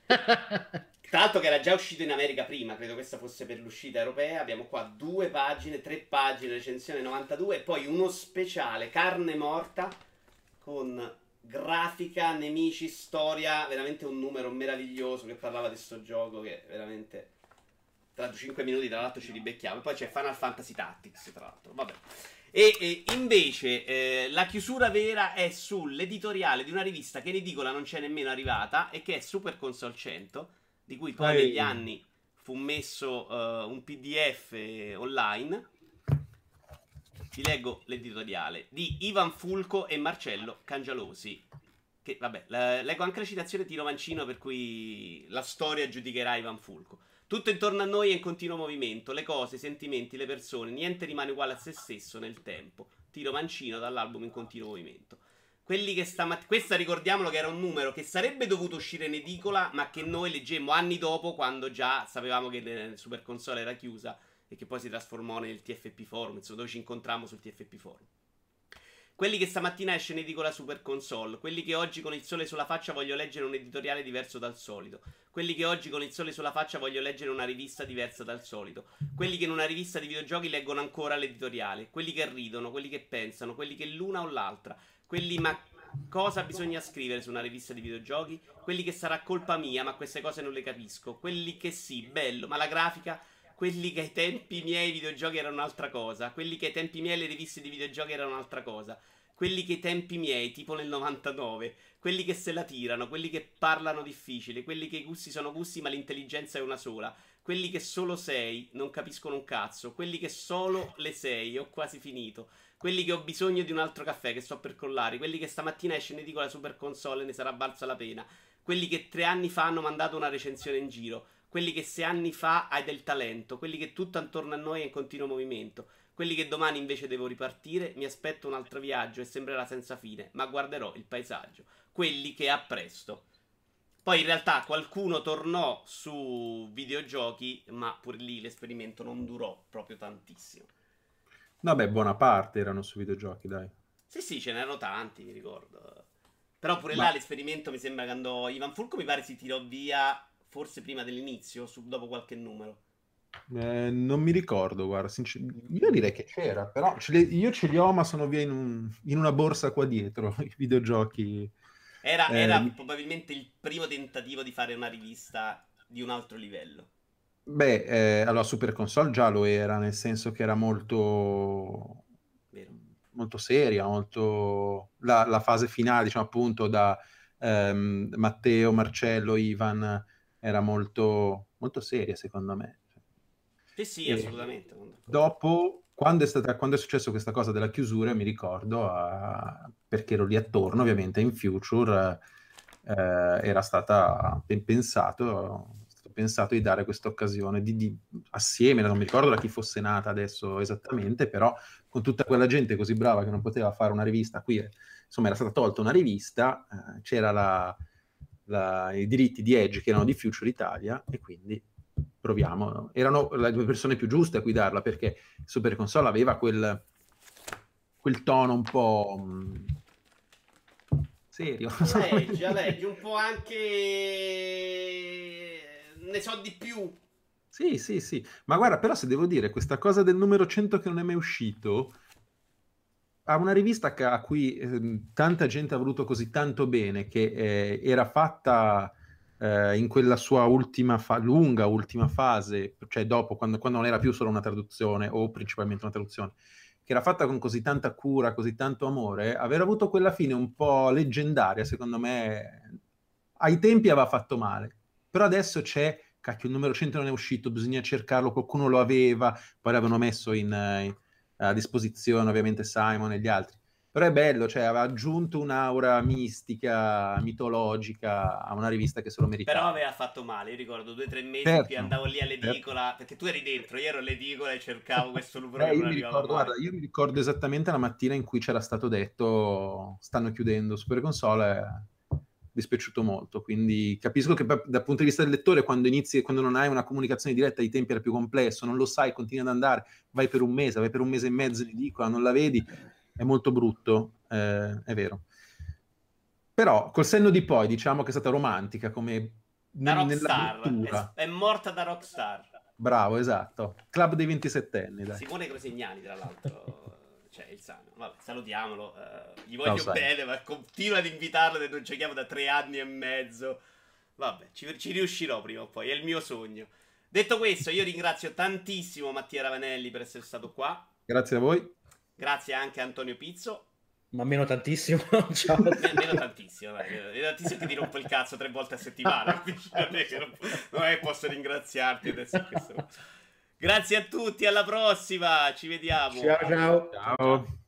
Tra l'altro che era già uscito in America prima, credo questa fosse per l'uscita europea. Abbiamo qua due pagine, tre pagine, recensione novantadue e poi uno speciale, carne morta, con grafica, nemici, storia, veramente un numero meraviglioso che parlava di sto gioco che veramente tra cinque minuti tra l'altro ci ribecchiamo. E poi c'è Final Fantasy Tactics, tra l'altro, vabbè. E, e invece eh, la chiusura vera è sull'editoriale di una rivista che in edicola non c'è nemmeno arrivata e che è Super Console cento, di cui poi Ehi. negli anni fu messo uh, un P D F online. Vi leggo l'editoriale di Ivan Fulco e Marcello Cangialosi. Che vabbè, la, leggo anche la citazione di Mancino, per cui la storia giudicherà Ivan Fulco. Tutto intorno a noi è in continuo movimento, le cose, i sentimenti, le persone, niente rimane uguale a se stesso nel tempo. Tiro Mancino dall'album In continuo movimento. Quelli che stamattina, questa ricordiamolo che era un numero che sarebbe dovuto uscire in edicola, ma che noi leggemmo anni dopo, quando già sapevamo che la Super Console era chiusa e che poi si trasformò nel T F P Forum, insomma, dove ci incontrammo sul T F P Forum. Quelli che stamattina esce in edicola Super Console, quelli che oggi con il sole sulla faccia voglio leggere un editoriale diverso dal solito, quelli che oggi con il sole sulla faccia voglio leggere una rivista diversa dal solito, quelli che in una rivista di videogiochi leggono ancora l'editoriale, quelli che ridono, quelli che pensano, quelli che l'una o l'altra, quelli ma cosa bisogna scrivere su una rivista di videogiochi, quelli che sarà colpa mia ma queste cose non le capisco, quelli che sì, bello, ma la grafica, quelli che ai tempi miei i videogiochi erano un'altra cosa, quelli che ai tempi miei le riviste di videogiochi erano un'altra cosa, quelli che ai tempi miei, tipo nel novantanove, quelli che se la tirano, quelli che parlano difficile, quelli che i gusti sono gusti ma l'intelligenza è una sola, quelli che solo sei, non capiscono un cazzo, quelli che solo le sei, ho quasi finito, quelli che ho bisogno di un altro caffè che sto per collare, quelli che stamattina esce in edicola Super Console e ne sarà valsa la pena, quelli che tre anni fa hanno mandato una recensione in giro, quelli che sei anni fa hai del talento, quelli che tutto attorno a noi è in continuo movimento, quelli che domani invece devo ripartire, mi aspetto un altro viaggio e sembrerà senza fine, ma guarderò il paesaggio, quelli che a presto. Poi in realtà qualcuno tornò su videogiochi, ma pure lì l'esperimento non durò proprio tantissimo. Vabbè, buona parte erano su videogiochi, dai. Sì, sì, ce n'erano tanti, mi ricordo. Però pure Ma... là l'esperimento mi sembra che andò... Ivan Fulco mi pare si tirò via forse prima dell'inizio, su, dopo qualche numero. Eh, non mi ricordo, guarda, sincer- io direi che c'era, però ce li- io ce li ho, ma sono via in, un- in una borsa qua dietro, i videogiochi. Era, Eh, era probabilmente il primo tentativo di fare una rivista di un altro livello. Beh, eh, allora Super Console già lo era, nel senso che era molto, Vero. molto seria, molto... La, la fase finale, diciamo appunto, da ehm, Matteo, Marcello, Ivan, era molto, molto seria, secondo me. Sì, sì, E assolutamente. dopo, quando è stata, quando è successo questa cosa della chiusura, mi ricordo, a- perché ero lì attorno, ovviamente, in Future, eh, era stata ben pensato, è stato pensato di dare questa occasione di, di- assieme, non mi ricordo da chi fosse nata adesso esattamente, però con tutta quella gente così brava che non poteva fare una rivista, qui eh, insomma era stata tolta una rivista, eh, c'era la, la- i diritti di Edge che erano di Future Italia e quindi proviamo. Erano le due persone più giuste a guidarla, perché Super Console aveva quel, quel tono un po' mh, serio. Leggi, leggi un po' anche... ne so di più. Sì, sì, sì. Ma guarda, però se devo dire, questa cosa del numero cento che non è mai uscito, a una rivista che- a cui eh, tanta gente ha voluto così tanto bene, che eh, era fatta eh, in quella sua ultima fa- lunga ultima fase, cioè dopo, quando, quando non era più solo una traduzione, o principalmente una traduzione, che era fatta con così tanta cura, così tanto amore, aver avuto quella fine un po' leggendaria, secondo me, ai tempi aveva fatto male. Però adesso c'è, cacchio, il numero cento non è uscito, bisogna cercarlo, qualcuno lo aveva, poi l'avevano messo in, eh, a disposizione ovviamente Simon e gli altri. Però è bello, cioè aveva aggiunto un'aura mistica, mitologica a una rivista che se lo meritava. Però aveva fatto male, io ricordo due o tre mesi Certo, che andavo lì all'edicola, certo. perché tu eri dentro, io ero all'edicola e cercavo questo numero Eh, che io non mi arrivava ricordo, mai. guarda, io mi ricordo esattamente la mattina in cui c'era stato detto stanno chiudendo Super Console, è dispiaciuto molto, quindi capisco che dal punto di vista del lettore, quando inizi, quando non hai una comunicazione diretta, i tempi era più complesso, non lo sai, continui ad andare, vai per un mese, vai per un mese e mezzo in edicola, non la vedi, è molto brutto, eh, è vero. Però col senno di poi diciamo che è stata romantica come Da nel- nella Rockstar, lettura. è, è morta da Rockstar. Bravo, esatto. Club dei ventisettenni, dai. Simone Grosignani, tra l'altro, cioè il sano. Vabbè, salutiamolo. eh, gli Ciao, voglio Simon. bene, ma continua ad invitarlo che non giochiamo da tre anni e mezzo. Vabbè, ci, ci riuscirò prima o poi, è il mio sogno. Detto questo, io ringrazio tantissimo Mattia Ravanelli per essere stato qua. Grazie a voi. Grazie anche a Antonio Pizzo. Ma meno tantissimo. Ciao. Me- meno tantissimo, dai. Meno tantissimo che ti rompo il cazzo tre volte a settimana. Quindi non è che non, non è che posso ringraziarti adesso in questo. Grazie a tutti, alla prossima, ci vediamo. Ciao ciao. Ciao.